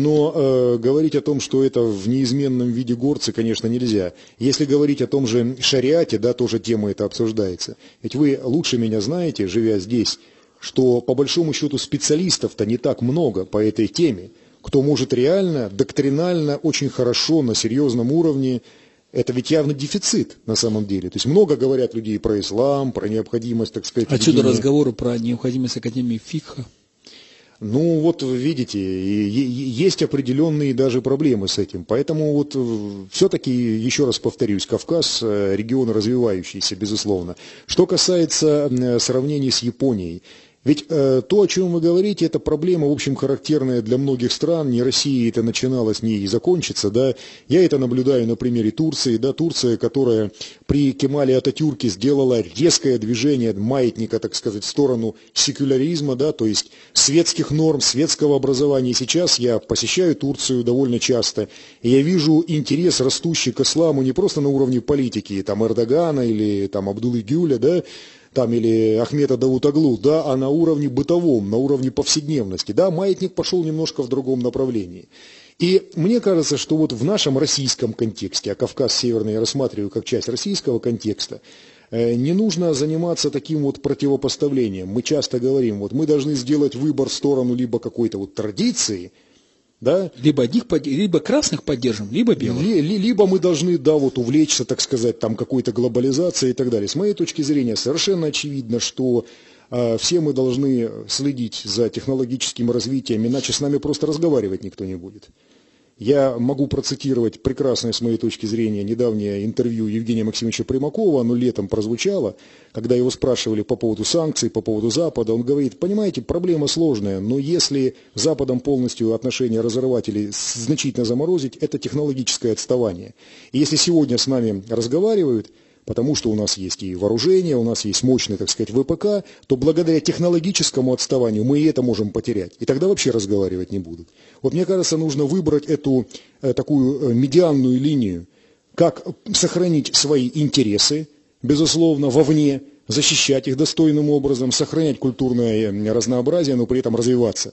Но говорить о том, что это в неизменном виде горцы, конечно, нельзя. Если говорить о том же шариате, да, тоже тема эта обсуждается. Ведь вы лучше меня знаете, живя здесь, что по большому счету специалистов-то не так много по этой теме, кто может реально, доктринально, очень хорошо, на серьезном уровне, это ведь явно дефицит на самом деле. То есть много говорят людей про ислам, про необходимость, так сказать... Отсюда разговоры про необходимость Академии фикха. Ну вот видите, есть определенные даже проблемы с этим. Поэтому вот все-таки, еще раз повторюсь, Кавказ регион развивающийся, безусловно. Что касается сравнений с Японией. Ведь то, о чем вы говорите, это проблема, в общем, характерная для многих стран. Не Россия это начиналось, не и закончится. Да? Я это наблюдаю на примере Турции. Да? Турция, которая при Кемале Ататюрке сделала резкое движение маятника, так сказать, в сторону секуляризма, да? То есть светских норм, светского образования. И сейчас я посещаю Турцию довольно часто, и я вижу интерес, растущий к исламу не просто на уровне политики, там Эрдогана или там Абдуллы Гюля, да? Там, или Ахмета Давутоглу, да, а на уровне бытовом, на уровне повседневности. Да, маятник пошел немножко в другом направлении. И мне кажется, что вот в нашем российском контексте, а Кавказ Северный я рассматриваю как часть российского контекста, не нужно заниматься таким вот противопоставлением. Мы часто говорим, вот мы должны сделать выбор в сторону либо какой-то вот традиции, да? Либо красных поддержим, либо белых. Либо мы должны, да, вот увлечься, так сказать, там какой-то глобализацией и так далее. С моей точки зрения совершенно очевидно, что все мы должны следить за технологическим развитием, иначе с нами просто разговаривать никто не будет. Я могу процитировать прекрасное, с моей точки зрения, недавнее интервью Евгения Максимовича Примакова, оно летом прозвучало, когда его спрашивали по поводу санкций, по поводу Запада. Он говорит, понимаете, проблема сложная, но если с Западом полностью отношения разорвать или значительно заморозить, это технологическое отставание. И если сегодня с нами разговаривают, потому что у нас есть и вооружение, у нас есть мощный, так сказать, ВПК, то благодаря технологическому отставанию мы и это можем потерять. И тогда вообще разговаривать не будут. Вот мне кажется, нужно выбрать эту такую медианную линию, как сохранить свои интересы, безусловно, вовне, защищать их достойным образом, сохранять культурное разнообразие, но при этом развиваться.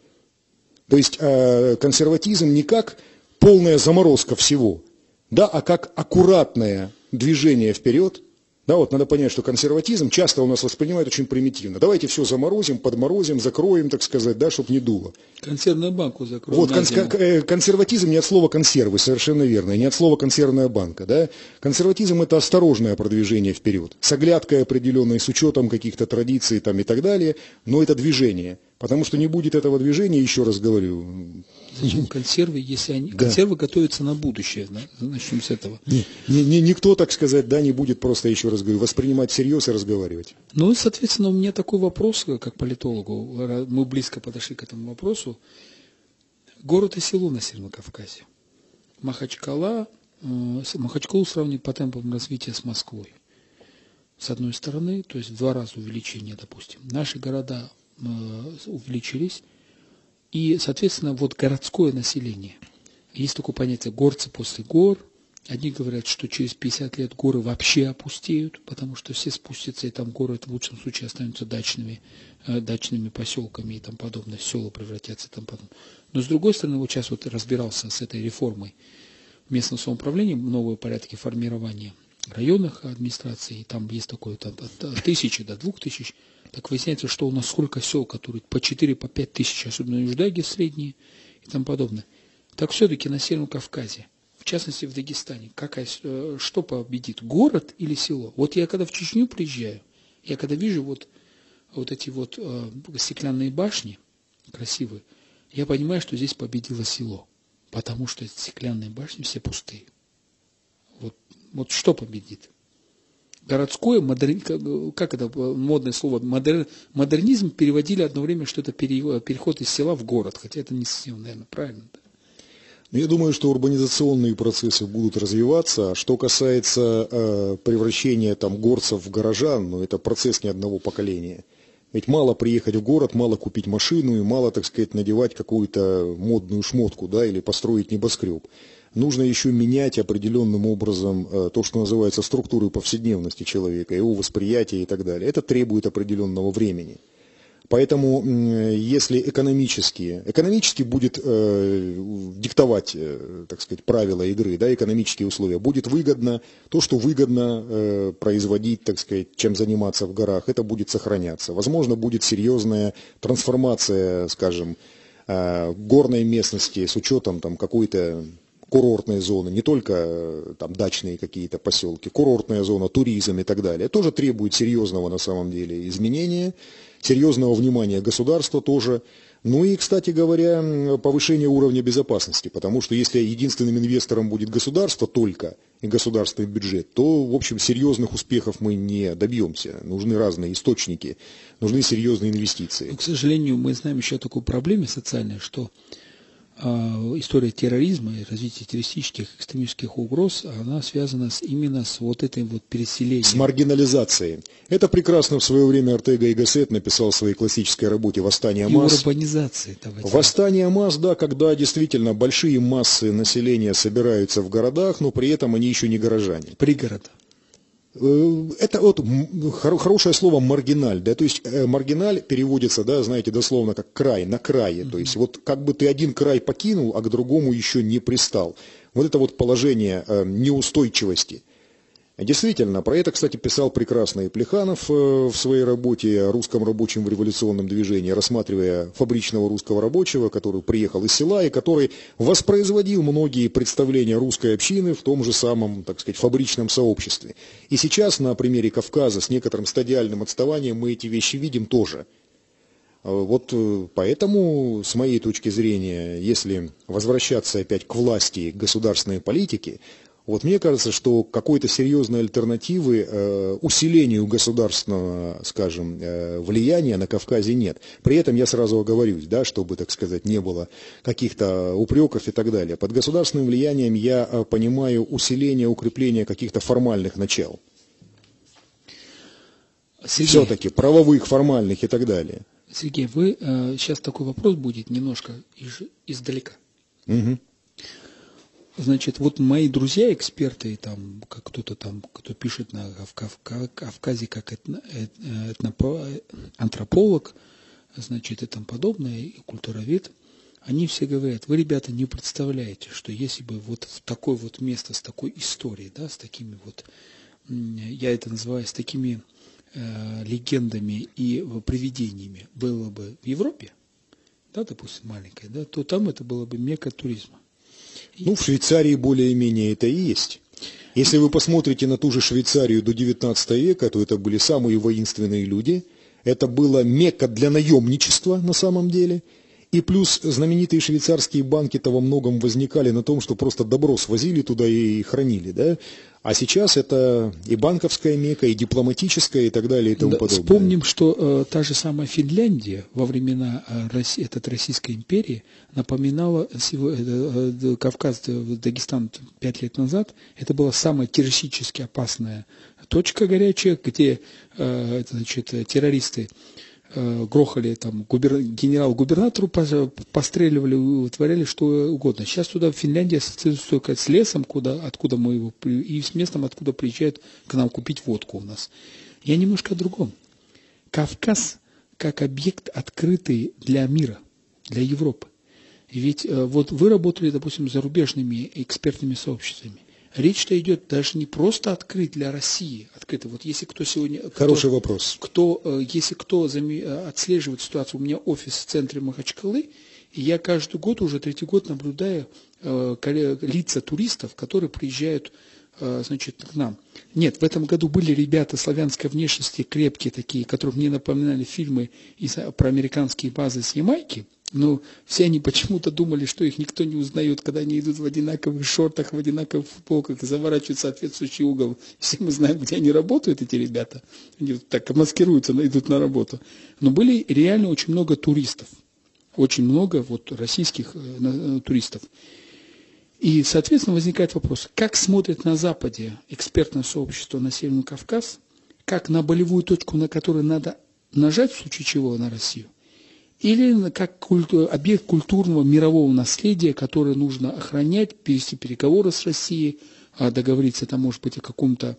То есть консерватизм не как полная заморозка всего, да, а как аккуратное движение вперед. Да, вот надо понять, что консерватизм часто у нас воспринимают очень примитивно. Давайте все заморозим, подморозим, закроем, так сказать, да, чтобы не дуло. Консервную банку закроем. Вот, консерватизм не от слова консервы, совершенно верно, и не от слова консервная банка. Да. Консерватизм – это осторожное продвижение вперед, с оглядкой определенной, с учетом каких-то традиций там, и так далее, но это движение. Потому что не будет этого движения, еще раз говорю. Зачем консервы, если они... Да. Консервы готовятся на будущее, начнем с этого. Никто, так сказать, не будет просто, еще раз говорю, воспринимать всерьез и разговаривать. Ну, соответственно, у меня такой вопрос, как политологу, мы близко подошли к этому вопросу. Город и село на Северном Кавказе. Махачкалу сравнивать по темпам развития с Москвой. С одной стороны, то есть в 2 раза увеличение, допустим. Наши города увеличились, и, соответственно, вот городское население. Есть такое понятие горцы после гор. Одни говорят, что через 50 лет горы вообще опустеют, потому что все спустятся, и там горы в лучшем случае останутся дачными поселками и тому подобное, села превратятся и тому подобное. Но с другой стороны, вот сейчас вот разбирался с этой реформой местного самоуправления, новые порядки формирования районных администраций, и там есть такое от 1000 до 2000, так выясняется, что у нас сколько сел, которые по 4-5 тысяч, особенно юждаги средние и тому подобное. Так все-таки на Северном Кавказе, в частности в Дагестане, что победит, город или село? Вот я когда в Чечню приезжаю, я когда вижу вот эти вот стеклянные башни красивые, я понимаю, что здесь победило село, потому что эти стеклянные башни все пустые. Вот что победит? Городское, как это модное слово, модернизм переводили одно время, что это переход из села в город, хотя это не совсем, наверное, правильно. Я думаю, что урбанизационные процессы будут развиваться. А что касается превращения горцев в горожан, это процесс не одного поколения. Ведь мало приехать в город, мало купить машину и мало, так сказать, надевать какую-то модную шмотку, или построить небоскреб. Нужно еще менять определенным образом то, что называется структурой повседневности человека, его восприятие и так далее. Это требует определенного времени. Поэтому, если экономически будет диктовать, так сказать, правила игры, экономические условия, будет выгодно, то, что выгодно производить, так сказать, чем заниматься в горах, это будет сохраняться. Возможно, будет серьезная трансформация, скажем, горной местности с учетом какой-то курортные зоны, не только дачные какие-то поселки, курортная зона, туризм и так далее, тоже требует серьезного на самом деле изменения, серьезного внимания государства тоже. Ну и, кстати говоря, повышение уровня безопасности, потому что если единственным инвестором будет государство только и государственный бюджет, то, в общем, серьезных успехов мы не добьемся. Нужны разные источники, нужны серьезные инвестиции. Но, к сожалению, мы знаем еще о такой проблеме социальной, что история терроризма и развития террористических, экстремистских угроз, она связана именно с вот этой вот переселением. С маргинализацией. Это прекрасно в свое время Ортега и Гассет написал в своей классической работе «Восстание масс». И урбанизации. «Восстание масс», когда действительно большие массы населения собираются в городах, но при этом они еще не горожане. Пригорода. Это хорошее слово маргиналь, то есть маргиналь переводится, знаете, дословно как край, на крае, то есть вот как бы ты один край покинул, а к другому еще не пристал. Вот это вот положение неустойчивости. Действительно, про это, кстати, писал прекрасно и Плеханов в своей работе о русском рабочем в революционном движении, рассматривая фабричного русского рабочего, который приехал из села и который воспроизводил многие представления русской общины в том же самом, так сказать, фабричном сообществе. И сейчас на примере Кавказа с некоторым стадиальным отставанием мы эти вещи видим тоже. Вот поэтому, с моей точки зрения, если возвращаться опять к власти, к государственной политике, вот мне кажется, что какой-то серьезной альтернативы усилению государственного, скажем, влияния на Кавказе нет. При этом я сразу оговорюсь, чтобы, так сказать, не было каких-то упреков и так далее. Под государственным влиянием я понимаю усиление, укрепление каких-то формальных начал. Все-таки правовых, формальных и так далее. Сергей, вы сейчас такой вопрос будет немножко издалека. Угу. Значит, вот мои друзья, эксперты, как кто-то кто пишет на Кавказе как антрополог, значит, и тому подобное, и культуровед, они все говорят: вы, ребята, не представляете, что если бы вот в такое вот место с такой историей, с такими вот, я это называю, с такими легендами и привидениями было бы в Европе, допустим, маленькой, то там это было бы мекка туризма. В Швейцарии более-менее это и есть. Если вы посмотрите на ту же Швейцарию до 19 века, то это были самые воинственные люди, это было мекка для наемничества на самом деле. И плюс знаменитые швейцарские банки-то во многом возникали на том, что просто добро свозили туда и хранили, да? А сейчас это и банковская мекка, и дипломатическая, и так далее, и тому подобное. Вспомним, что та же самая Финляндия во времена Российской империи напоминала Кавказ, Дагестан 5 лет назад. Это была самая террористически опасная точка горячая, где террористы грохали там генерал-губернатору, постреливали, вытворяли что угодно. Сейчас туда Финляндия ассоциируется только с лесом, откуда мы его, и с местом, откуда приезжают к нам купить водку у нас. Я немножко о другом. Кавказ как объект открытый для мира, для Европы. Ведь вот вы работали, допустим, с зарубежными экспертными сообществами. Речь-то идет даже не просто открыть для России, открыто. Вот если кто сегодня... Хороший вопрос. Если кто отслеживает ситуацию, у меня офис в центре Махачкалы, и я каждый год, уже 3-й год наблюдаю лица туристов, которые приезжают к нам. Нет, в этом году были ребята славянской внешности, крепкие такие, которые мне напоминали фильмы про американские базы с Ямайки. Но все они почему-то думали, что их никто не узнает, когда они идут в одинаковых шортах, в одинаковых футболках и заворачивают в соответствующий угол. Все мы знаем, где они работают, эти ребята. Они так маскируются, идут на работу. Но были реально очень много туристов. Очень много российских туристов. И, соответственно, возникает вопрос, как смотрит на Западе экспертное сообщество на Северный Кавказ, как на болевую точку, на которую надо нажать, в случае чего, на Россию, или как объект культурного мирового наследия, которое нужно охранять, вести переговоры с Россией, договориться, там, может быть, о каком-то,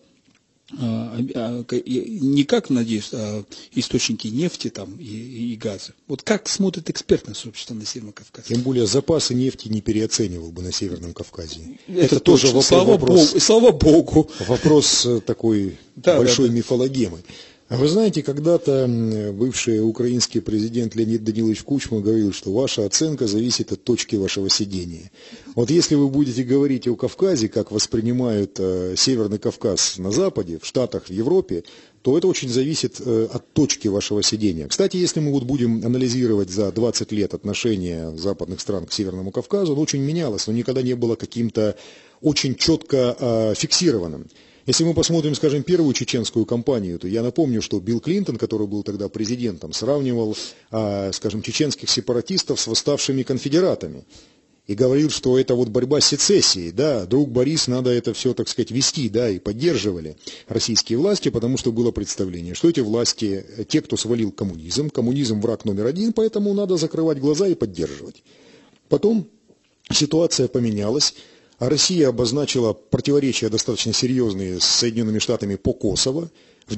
не как, надеюсь, источники нефти там, и газа. Вот как смотрит экспертное сообщество на Северном Кавказе? Тем более запасы нефти не переоценивал бы на Северном Кавказе. Это тоже вопрос. Слава Богу. Вопрос такой большой мифологемы. А вы знаете, когда-то бывший украинский президент Леонид Данилович Кучма говорил, что ваша оценка зависит от точки вашего сидения. Вот если вы будете говорить о Кавказе, как воспринимают Северный Кавказ на Западе, в Штатах, в Европе, то это очень зависит от точки вашего сидения. Кстати, если мы будем анализировать за 20 лет отношения западных стран к Северному Кавказу, оно очень менялось, но никогда не было каким-то очень четко фиксированным. Если мы посмотрим, скажем, первую чеченскую кампанию, то я напомню, что Билл Клинтон, который был тогда президентом, сравнивал, скажем, чеченских сепаратистов с восставшими конфедератами. И говорил, что это борьба с сецессией, да, друг Борис, надо это все, так сказать, вести, да, и поддерживали российские власти, потому что было представление, что эти власти, те, кто свалил коммунизм враг номер 1, поэтому надо закрывать глаза и поддерживать. Потом ситуация поменялась. А Россия обозначила противоречия достаточно серьезные с Соединенными Штатами по Косово в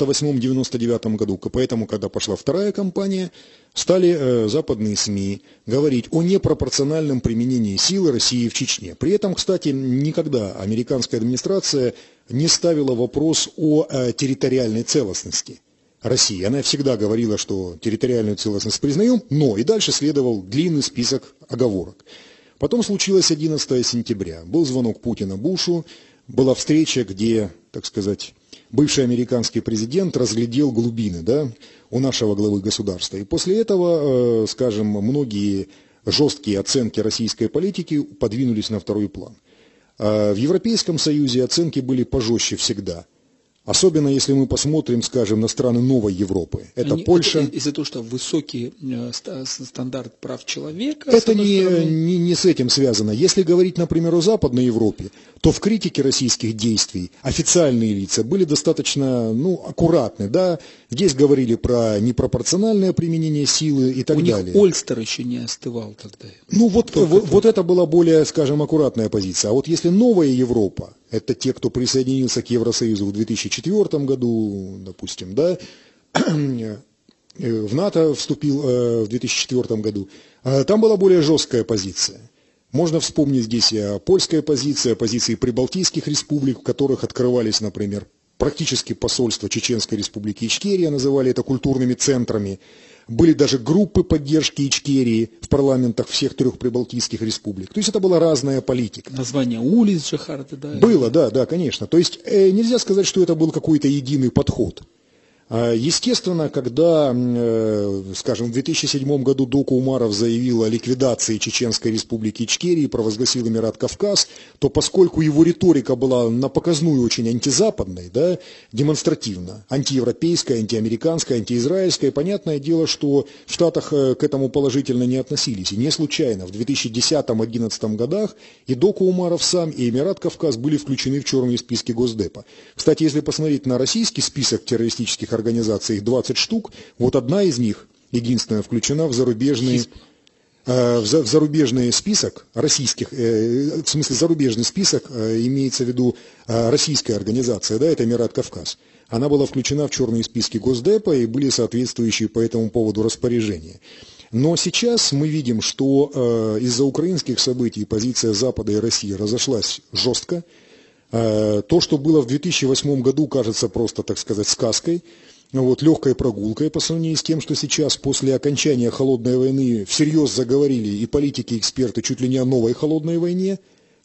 1998-1999 году. Поэтому, когда пошла вторая кампания, стали западные СМИ говорить о непропорциональном применении силы России в Чечне. При этом, кстати, никогда американская администрация не ставила вопрос о территориальной целостности России. Она всегда говорила, что территориальную целостность признаем, но и дальше следовал длинный список оговорок. Потом случилось 11 сентября. Был звонок Путина Бушу, была встреча, где, так сказать, бывший американский президент разглядел глубины, да, у нашего главы государства. И после этого, скажем, многие жесткие оценки российской политики подвинулись на второй план. В Европейском Союзе оценки были пожестче всегда. Особенно если мы посмотрим, скажем, на страны новой Европы. Это Польша. Из-за того, что высокий стандарт прав человека. Это не с этим связано. Если говорить, например, о Западной Европе, то в критике российских действий официальные лица были достаточно аккуратны. Да? Здесь говорили про непропорциональное применение силы и так далее. У них Ольстер еще не остывал тогда. Вот это была более, скажем, аккуратная позиция. А вот если новая Европа, это те, кто присоединился к Евросоюзу в 2004 году, допустим, да, в НАТО вступил в 2004 году, там была более жесткая позиция. Можно вспомнить здесь и польская позиция, позиции прибалтийских республик, в которых открывались, например, практически посольства Чеченской республики Ичкерия, называли это культурными центрами. Были даже группы поддержки Ичкерии в парламентах всех 3 прибалтийских республик. То есть это была разная политика. Название улиц Джахарты, да? Было, да, конечно. То есть нельзя сказать, что это был какой-то единый подход. Естественно, когда, скажем, в 2007 году Доку Умаров заявил о ликвидации Чеченской республики Ичкерии, провозгласил Эмират Кавказ, то поскольку его риторика была на показную очень антизападной, да, демонстративно, антиевропейская, антиамериканская, антиизраильская, понятное дело, что в Штатах к этому положительно не относились. И не случайно в 2010-2011 годах и Доку Умаров сам, и Эмират Кавказ были включены в черные списки Госдепа. Кстати, если посмотреть на российский список террористических организаций, их 20 штук, вот одна из них, единственная, включена в зарубежный список российских, в смысле зарубежный список, имеется в виду российская организация, да, это Эмират Кавказ. Она была включена в черные списки Госдепа и были соответствующие по этому поводу распоряжения. Но сейчас мы видим, что из-за украинских событий позиция Запада и России разошлась жестко. То, что было в 2008 году, кажется просто, так сказать, сказкой, вот, легкой прогулкой по сравнению с тем, что сейчас после окончания холодной войны всерьез заговорили и политики, и эксперты чуть ли не о новой холодной войне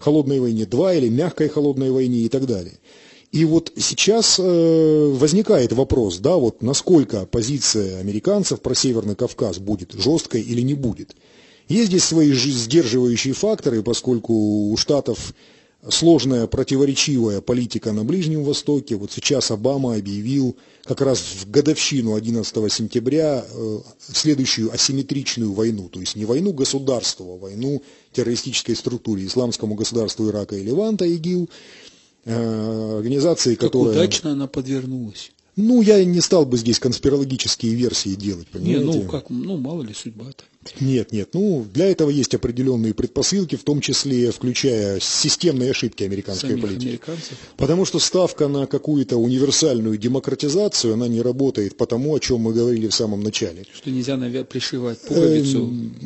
2 или мягкой холодной войне и так далее. И вот сейчас возникает вопрос, да, вот насколько позиция американцев про Северный Кавказ будет жесткой или не будет. Есть здесь свои сдерживающие факторы, поскольку у Штатов сложная, противоречивая политика на Ближнем Востоке. Вот сейчас Обама объявил как раз в годовщину 11 сентября следующую асимметричную войну. То есть не войну государства, а войну террористической структуре, исламскому государству Ирака и Леванта, ИГИЛ. Организации, которая... Как удачно она подвернулась. Ну, я не стал бы здесь конспирологические версии делать, понимаете? Не, мало ли судьба-то. Нет, для этого есть определенные предпосылки, в том числе включая системные ошибки американской политики. Американцев. Потому что ставка на какую-то универсальную демократизацию, она не работает по тому, о чем мы говорили в самом начале. Что нельзя пришивать пуговицу.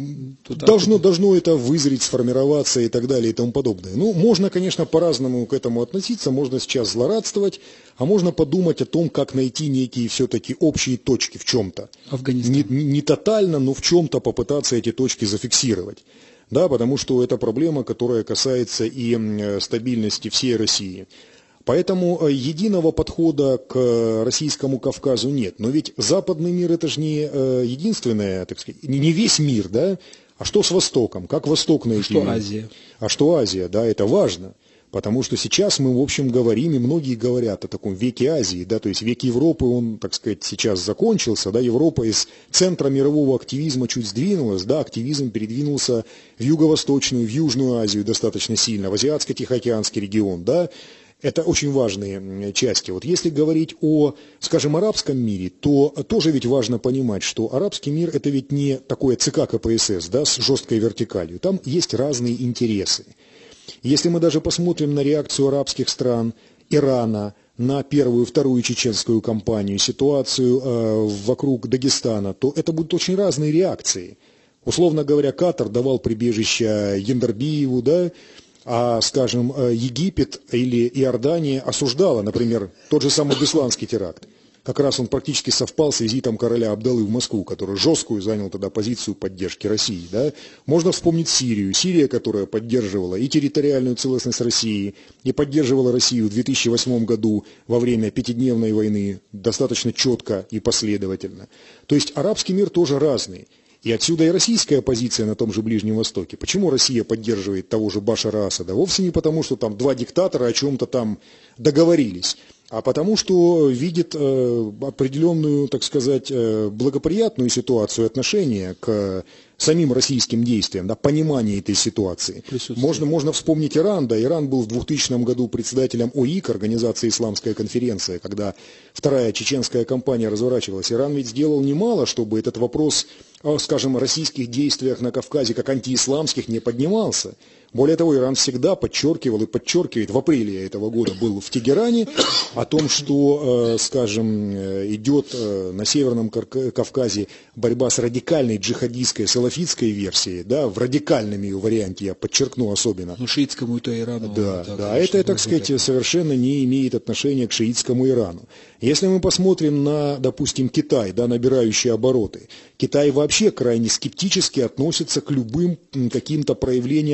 Должно это вызреть, сформироваться и так далее и тому подобное. Ну, можно, конечно, по-разному к этому относиться, можно сейчас злорадствовать, а можно подумать о том, как найти некие все-таки общие точки в чем-то. Афганистан. Не тотально, но в чем-то попытаться эти точки зафиксировать. Да, потому что это проблема, которая касается и стабильности всей России. Поэтому единого подхода к российскому Кавказу нет. Но ведь западный мир это же не единственное, так сказать, не весь мир, да? А что с Востоком? Как Восток найти? Что Азия? А что Азия, да, это важно. Потому что сейчас мы, в общем, говорим, и многие говорят о таком веке Азии, да, то есть век Европы, он, так сказать, сейчас закончился, да, Европа из центра мирового активизма чуть сдвинулась, да, активизм передвинулся в Юго-Восточную, в Южную Азию достаточно сильно, в Азиатско-Тихоокеанский регион, да, это очень важные части. Вот если говорить о, скажем, арабском мире, то тоже ведь важно понимать, что арабский мир это ведь не такое ЦК КПСС, да, с жесткой вертикалью, там есть разные интересы. Если мы даже посмотрим на реакцию арабских стран, Ирана, на первую, вторую чеченскую кампанию, ситуацию вокруг Дагестана, то это будут очень разные реакции. Условно говоря, Катар давал прибежище Яндарбиеву, да, а, скажем, Египет или Иордания осуждала, например, тот же самый Бесланский теракт. Как раз он практически совпал с визитом короля Абдаллы в Москву, который жесткую занял тогда позицию поддержки России. Да? Можно вспомнить Сирию. Сирия, которая поддерживала и территориальную целостность России, и поддерживала Россию в 2008 году во время пятидневной войны достаточно четко и последовательно. То есть арабский мир тоже разный. И отсюда и российская позиция на том же Ближнем Востоке. Почему Россия поддерживает того же Башара Асада? Вовсе не потому, что там два диктатора о чем-то там договорились, а потому что видит определенную, так сказать, благоприятную ситуацию отношения к самим российским действиям, да, понимание этой ситуации. Можно вспомнить Иран, да, Иран был в 2000 году председателем ОИК, Организации Исламская конференция, когда вторая чеченская кампания разворачивалась. Иран ведь сделал немало, чтобы этот вопрос, скажем, о российских действиях на Кавказе как антиисламских не поднимался. Более того, Иран всегда подчеркивал и подчеркивает, в апреле этого года был в Тегеране, о том, что, скажем, идет на Северном Кавказе борьба с радикальной джихадистской, салафитской версией, да, в радикальном ее варианте, я подчеркну особенно. Ну, шиитскому-то Ирану. Да, это, так сказать, совершенно не имеет отношения к шиитскому Ирану. Если мы посмотрим на, допустим, Китай, да, набирающий обороты, Китай вообще крайне скептически относится к любым каким-то проявлениям изменения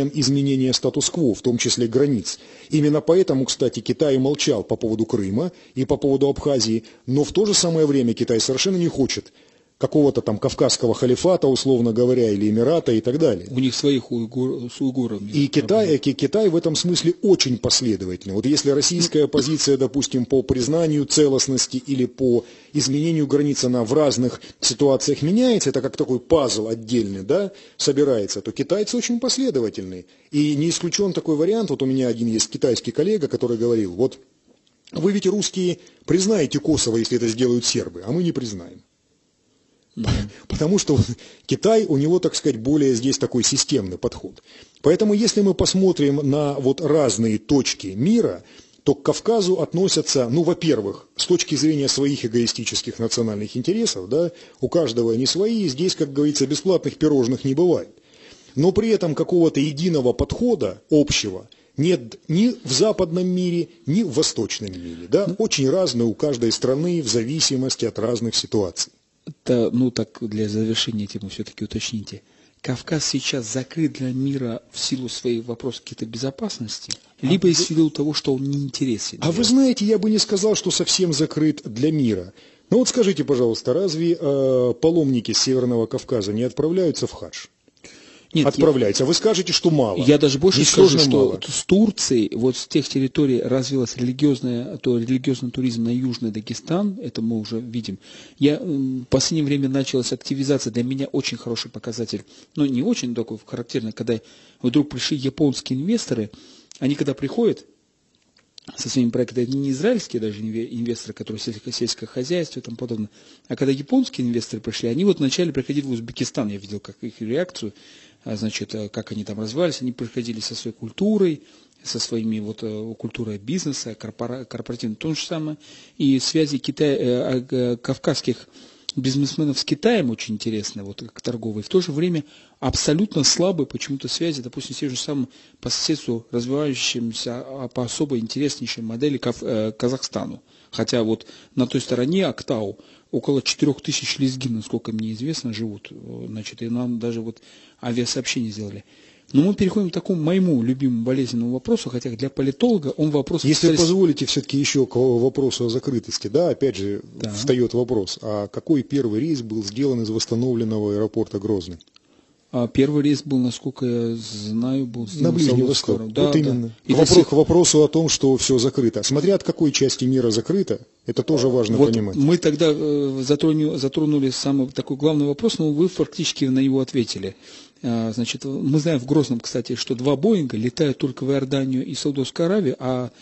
сохранения статус-кво, в том числе границ. Именно поэтому, кстати, Китай молчал по поводу Крыма и по поводу Абхазии, но в то же самое время Китай совершенно не хочет какого-то там кавказского халифата, условно говоря, или Эмирата и так далее. У них своих с уйгурами. И Китай в этом смысле очень последовательный. Вот если российская позиция, допустим, по признанию целостности или по изменению границ, она в разных ситуациях меняется, это как такой пазл отдельный, да, собирается, то китайцы очень последовательные. И не исключен такой вариант, вот у меня один есть китайский коллега, который говорил, вот вы ведь русские признаете Косово, если это сделают сербы, а мы не признаем. Потому что Китай, у него, так сказать, более здесь такой системный подход. Поэтому если мы посмотрим на вот разные точки мира, то к Кавказу относятся, ну, во-первых, с точки зрения своих эгоистических национальных интересов, да, у каждого они свои, здесь, как говорится, бесплатных пирожных не бывает. Но при этом какого-то единого подхода общего нет ни в западном мире, ни в восточном мире. Да? Очень разные у каждой страны в зависимости от разных ситуаций. Это, ну так, для завершения темы все-таки уточните. Кавказ сейчас закрыт для мира в силу своих вопросов какой-то безопасности, либо в силу того, что он не интересен. А вы знаете, я бы не сказал, что совсем закрыт для мира. Ну вот скажите, пожалуйста, разве паломники с Северного Кавказа не отправляются в хадж? Нет, отправляются. Вы скажете, что мало. Я даже больше скажу, что мало. С Турцией, вот с тех территорий развилась религиозный туризм на Южный Дагестан, это мы уже видим. В последнее время началась активизация, для меня очень хороший показатель, но не очень, но такой характерный, когда вдруг пришли японские инвесторы, они когда приходят со своими проектами, это не израильские даже инвесторы, которые сельское хозяйство и тому подобное, а когда японские инвесторы пришли, они вот вначале приходили в Узбекистан, я видел как их реакцию, значит, как они там развивались, они приходили со своей культурой, со своими вот культурой бизнеса, корпоративной, то же самое, и связи кавказских бизнесменов с Китаем очень интересные, вот как торговые, в то же время абсолютно слабые почему-то связи, допустим, с тем же самым по соседству развивающимся по особо интереснейшей модели Казахстану. Хотя вот на той стороне Актау около 4000 лезгин, насколько мне известно, живут. Значит, и нам даже вот авиасообщение сделали. Но мы переходим к такому моему любимому болезненному вопросу, хотя для политолога он вопрос... Если позволите все-таки еще к вопросу о закрытости, да, опять же встает вопрос, а какой первый рейс был сделан из восстановленного аэропорта Грозный? Первый рейс был, насколько я знаю, был на Ближний Восток. Да, вот именно. Да. К вопросу о том, что все закрыто. Смотря от какой части мира закрыто, это тоже важно понимать. Мы тогда затронули самый такой главный вопрос, но вы фактически на него ответили. Значит, мы знаем в Грозном, кстати, что 2 Боинга летают только в Иорданию и Саудовскую Аравию, а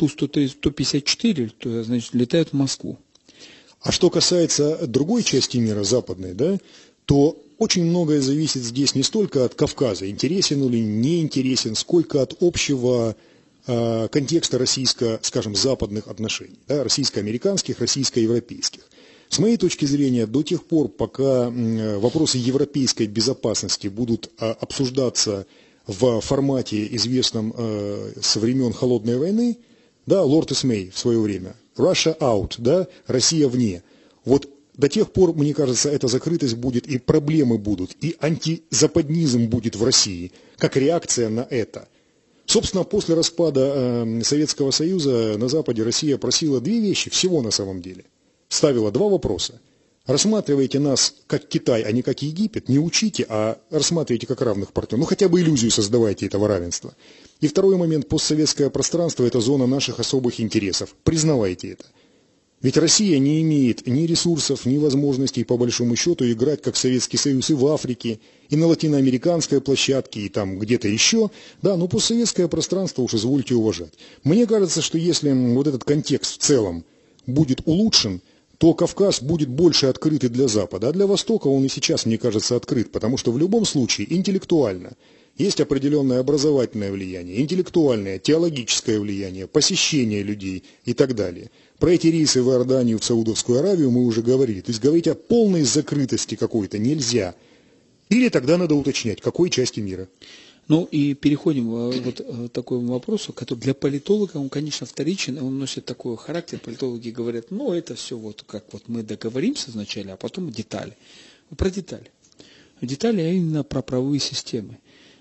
Ту-154, значит, летают в Москву. А что касается другой части мира, западной, да, то очень многое зависит здесь не столько от Кавказа, интересен или не интересен, сколько от общего контекста российско-западных отношений, да, российско-американских, российско-европейских. С моей точки зрения, до тех пор, пока вопросы европейской безопасности будут обсуждаться в формате, известном со времен Холодной войны, да, лорд Эсмей в свое время, Russia out, да, Россия вне, вот до тех пор, мне кажется, эта закрытость будет, и проблемы будут, и антизападнизм будет в России, как реакция на это. Собственно, после распада Советского Союза на Западе Россия просила 2 вещи, всего на самом деле. Ставила 2 вопроса. Рассматривайте нас как Китай, а не как Египет, не учите, а рассматривайте как равных партнеров. Ну, хотя бы иллюзию создавайте этого равенства. И второй момент, постсоветское пространство – это зона наших особых интересов. Признавайте это. Ведь Россия не имеет ни ресурсов, ни возможностей, по большому счету, играть как Советский Союз и в Африке, и на латиноамериканской площадке, и там где-то еще. Да, но постсоветское пространство уж извольте уважать. Мне кажется, что если вот этот контекст в целом будет улучшен, то Кавказ будет больше открыт и для Запада. А для Востока он и сейчас, мне кажется, открыт, потому что в любом случае интеллектуально есть определенное образовательное влияние, интеллектуальное, теологическое влияние, посещение людей и так далее. Про эти рейсы в Иорданию, в Саудовскую Аравию мы уже говорили. То есть говорить о полной закрытости какой-то нельзя. Или тогда надо уточнять, какой части мира. Ну и переходим вот к такому вопросу, который для политолога, он, конечно, вторичен, он носит такой характер. Политологи говорят, ну это все вот как вот мы договоримся вначале, а потом детали. Про детали. Детали, а именно про правовые системы.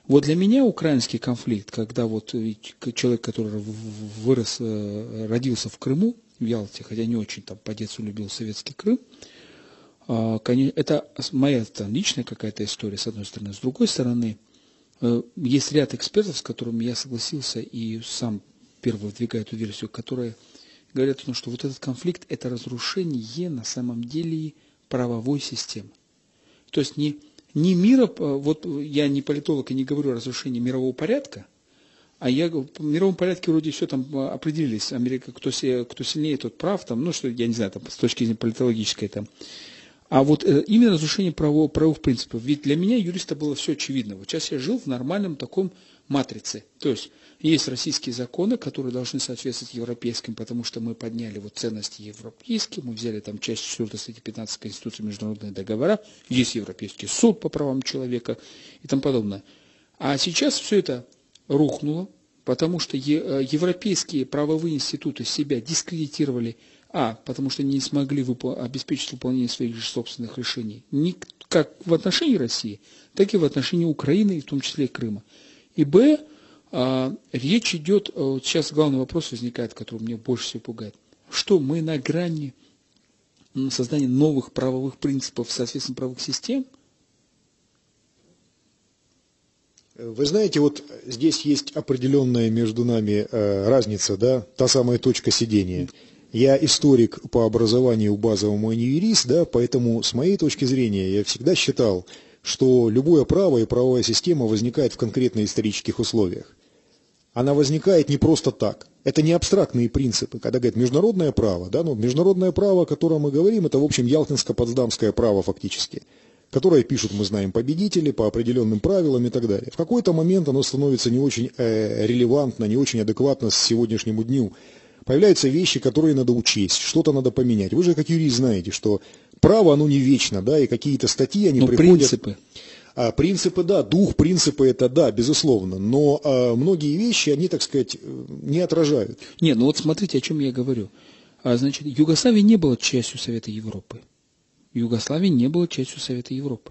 Вот для меня украинский конфликт, когда вот человек, который родился в Крыму, в Ялте, хотя не очень там по детству любил советский Крым, это моя личная какая-то история, с одной стороны. С другой стороны, есть ряд экспертов, с которыми я согласился и сам первый выдвигаю эту версию, которые говорят о том, что вот этот конфликт – это разрушение на самом деле правовой системы. То есть не мира, вот я не политолог и не говорю о разрушении мирового порядка, а в мировом порядке вроде все там определились, Америка, кто сильнее, тот прав, там, ну что, я не знаю, там, с точки зрения политологической там. А вот именно разрушение правовых принципов. Ведь для меня, юриста, было все очевидно. Вот сейчас я жил в нормальном таком матрице. То есть есть российские законы, которые должны соответствовать европейским, потому что мы подняли вот ценности европейские, мы взяли там часть 4 статьи 15 Конституции, международные договора, есть Европейский суд по правам человека и тому подобное. А сейчас все это рухнуло, потому что европейские правовые институты себя дискредитировали, потому что не смогли обеспечить выполнение своих же собственных решений, как в отношении России, так и в отношении Украины, в том числе и Крыма. И речь идет, сейчас главный вопрос возникает, который меня больше всего пугает, что мы на грани создания новых правовых принципов, соответственно, правовых систем. Вы знаете, вот здесь есть определенная между нами разница, да, та самая точка сидения. Я историк по образованию базовому, а не юрист, да, поэтому с моей точки зрения я всегда считал, что любое право и правовая система возникает в конкретных исторических условиях. Она возникает не просто так. Это не абстрактные принципы. Когда говорят международное право, да, международное право, о котором мы говорим, это, в общем, ялтинско-потсдамское право фактически, которое пишут, мы знаем, победители по определенным правилам и так далее. В какой-то момент оно становится не очень релевантно, не очень адекватно с сегодняшнему дню. Появляются вещи, которые надо учесть, что-то надо поменять. Вы же, как юрист, знаете, что право, оно не вечно, да, и какие-то статьи, они приходят... принципы. Принципы, да, дух принципы, это да, безусловно, но многие вещи, они, так сказать, не отражают. Нет, ну вот смотрите, о чем я говорю. Значит, Югославия не была частью Совета Европы. Югославия не была частью Совета Европы.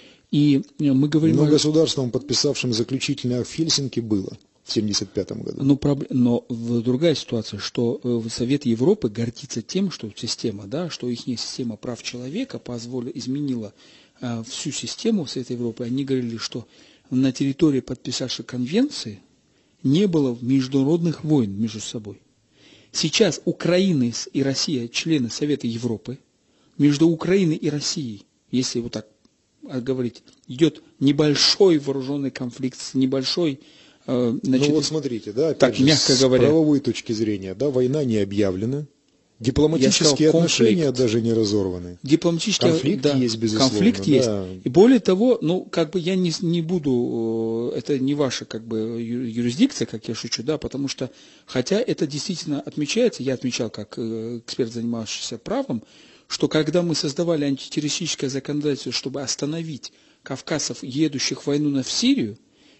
И мы говорим... Но государством, подписавшим заключительный акт в Хельсинки, было в 1975 году. Но другая ситуация, что Совет Европы гордится тем, что система, да, что их система прав человека изменила всю систему Совета Европы. Они говорили, что на территории подписавшей конвенции не было международных войн между собой. Сейчас Украина и Россия члены Совета Европы. Между Украиной и Россией, если вот так говорить, идет небольшой вооруженный конфликт, небольшой... ну вот смотрите, да, опять так, же, мягко говоря, с правовой точки зрения, да, война не объявлена. Дипломатические отношения даже не разорваны. Конфликт есть, безусловно. Конфликт да. есть. И более того, ну, как бы я не буду, это не ваша, как бы, юрисдикция, как я шучу, да, потому что, хотя это действительно отмечается, я отмечал, как эксперт, занимающийся правом, что когда мы создавали антитеррористическое законодательство, чтобы остановить кавказцев, едущих в войну в Сирию,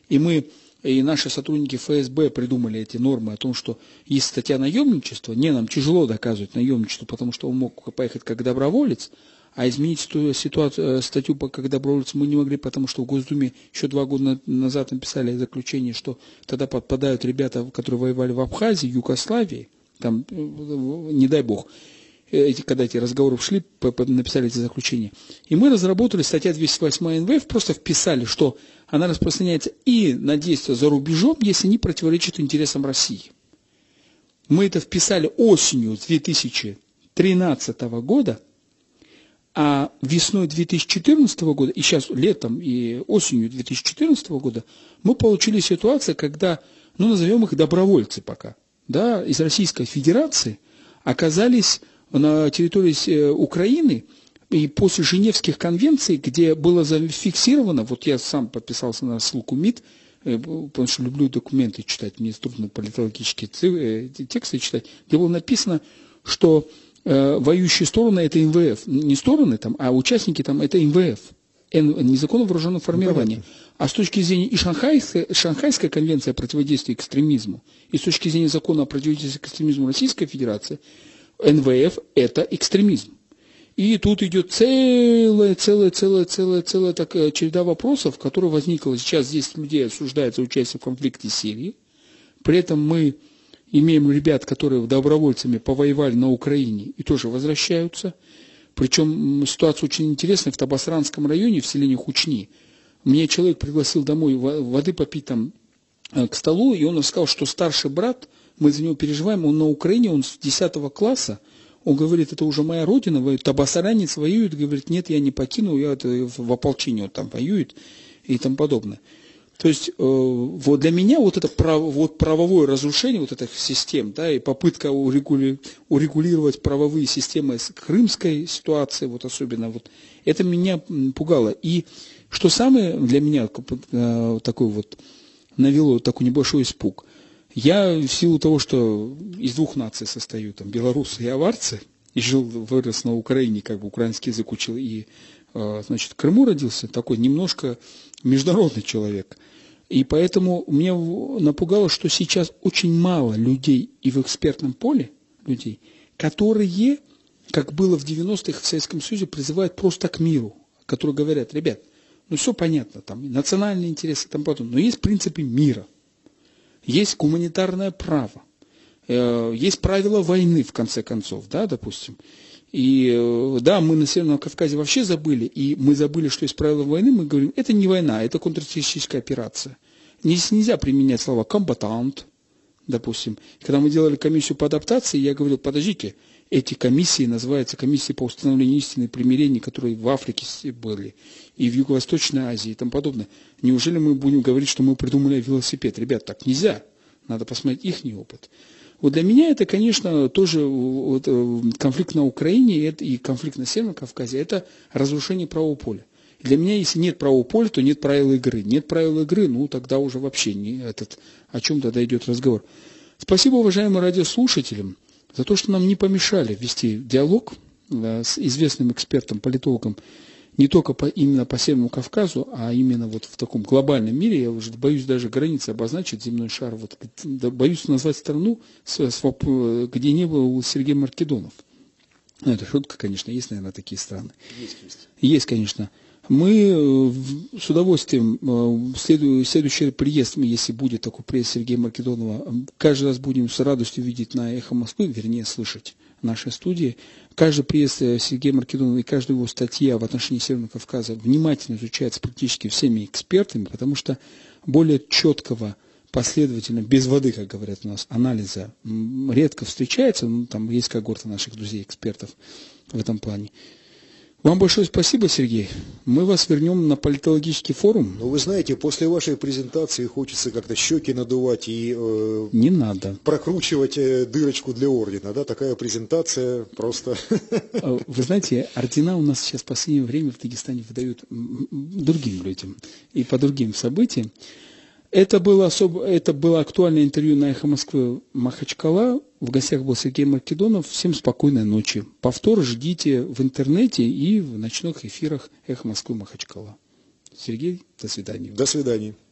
и наши сотрудники ФСБ придумали эти нормы о том, что есть статья наемничества, нам тяжело доказывать наемничество, потому что он мог поехать как доброволец, а изменить статью как доброволец мы не могли, потому что в Госдуме еще 2 года назад написали заключение, что тогда подпадают ребята, которые воевали в Абхазии, Югославии, там, не дай бог, когда эти разговоры шли, написали эти заключения. И мы разработали статья 208 НВФ, просто вписали, что она распространяется и на действия за рубежом, если не противоречит интересам России. Мы это вписали осенью 2013 года, а весной 2014 года, и сейчас летом и осенью 2014 года, мы получили ситуацию, когда, назовем их добровольцы пока, да, из Российской Федерации оказались на территории Украины, и после Женевских конвенций, где было зафиксировано, вот я сам подписался на ссылку МИД, потому что люблю документы читать, мне трудно политологические тексты читать, где было написано, что воюющие стороны это МВФ, не стороны там, а участники там это МВФ, незаконно вооруженное формирование. А с точки зрения и Шанхайская конвенция о противодействии экстремизму, и с точки зрения закона о противодействии экстремизму Российской Федерации, НВФ – это экстремизм. И тут идет целая такая череда вопросов, которая возникла. Сейчас 10 людей осуждают за участие в конфликте в Сирии. При этом мы имеем ребят, которые добровольцами повоевали на Украине и тоже возвращаются. Причем ситуация очень интересная. В Табасранском районе, в селении Хучни, мне человек пригласил домой воды попить там к столу, и он рассказал, что старший брат, мы за него переживаем, он на Украине, он с 10 класса, он говорит, это уже моя родина, табасаранец воюет, говорит, нет, я не покину, я в ополчении он там воюет и тому подобное. То есть вот для меня вот это правовое разрушение вот этих систем, да, и попытка урегулировать правовые системы с крымской ситуацией, вот особенно, вот, это меня пугало. И что самое для меня такой вот навело такой небольшой испуг. Я в силу того, что из двух наций состою, там, белорусы и аварцы, и вырос на Украине, как бы украинский язык учил, и, значит, в Крыму родился, такой немножко международный человек. И поэтому меня напугало, что сейчас очень мало людей и в экспертном поле, людей, которые, как было в 90-х в Советском Союзе, призывают просто к миру, которые говорят, ребят, ну все понятно, там национальные интересы и тому подобное, но есть принципы мира, есть гуманитарное право, есть правила войны, в конце концов, да, допустим. И да, мы на Северном Кавказе вообще забыли, и мы забыли, что есть правила войны, мы говорим, это не война, это контртеррористическая операция. Здесь нельзя применять слова «комбатант», допустим. Когда мы делали комиссию по адаптации, я говорил, подождите, эти комиссии называются комиссии по установлению истины и примирения, которые в Африке были, и в Юго-Восточной Азии и тому подобное. Неужели мы будем говорить, что мы придумали велосипед? Ребят, так нельзя, надо посмотреть их опыт. Вот для меня это, конечно, тоже вот, конфликт на Украине и конфликт на Северном Кавказе – это разрушение правового поля. Для меня, если нет правового поля, то нет правил игры. Нет правил игры, ну тогда уже вообще не о чем тогда идет разговор. Спасибо, уважаемым радиослушателям, за то, что нам не помешали вести диалог с известным экспертом, политологом, не только именно по Северному Кавказу, а именно вот в таком глобальном мире. Я уже боюсь даже границы обозначить, земной шар. Вот, боюсь назвать страну, где не был Сергей Маркедонов. Ну, это шутка, конечно, есть, наверное, такие страны. Есть, конечно. Мы с удовольствием, следующий приезд, если будет такой приезд Сергея Маркедонова, каждый раз будем с радостью видеть на «Эхо Москвы», вернее, слышать нашей студии. Каждый приезд Сергея Маркедонова и каждая его статья в отношении Северного Кавказа внимательно изучается практически всеми экспертами, потому что более четкого, последовательно, без воды, как говорят у нас, анализа редко встречается. Ну, там есть когорта наших друзей-экспертов в этом плане. Вам большое спасибо, Сергей. Мы вас вернем на политологический форум. Ну, вы знаете, после вашей презентации хочется как-то щеки надувать и не надо прокручивать дырочку для ордена. Да? Такая презентация просто... Вы знаете, ордена у нас сейчас в последнее время в Дагестане выдают другим людям и по другим событиям. Это было актуальное интервью на «Эхо Москвы» Махачкала. В гостях был Сергей Маркедонов. Всем спокойной ночи. Повтор ждите в интернете и в ночных эфирах «Эхо Москвы» Махачкала. Сергей, до свидания. До свидания.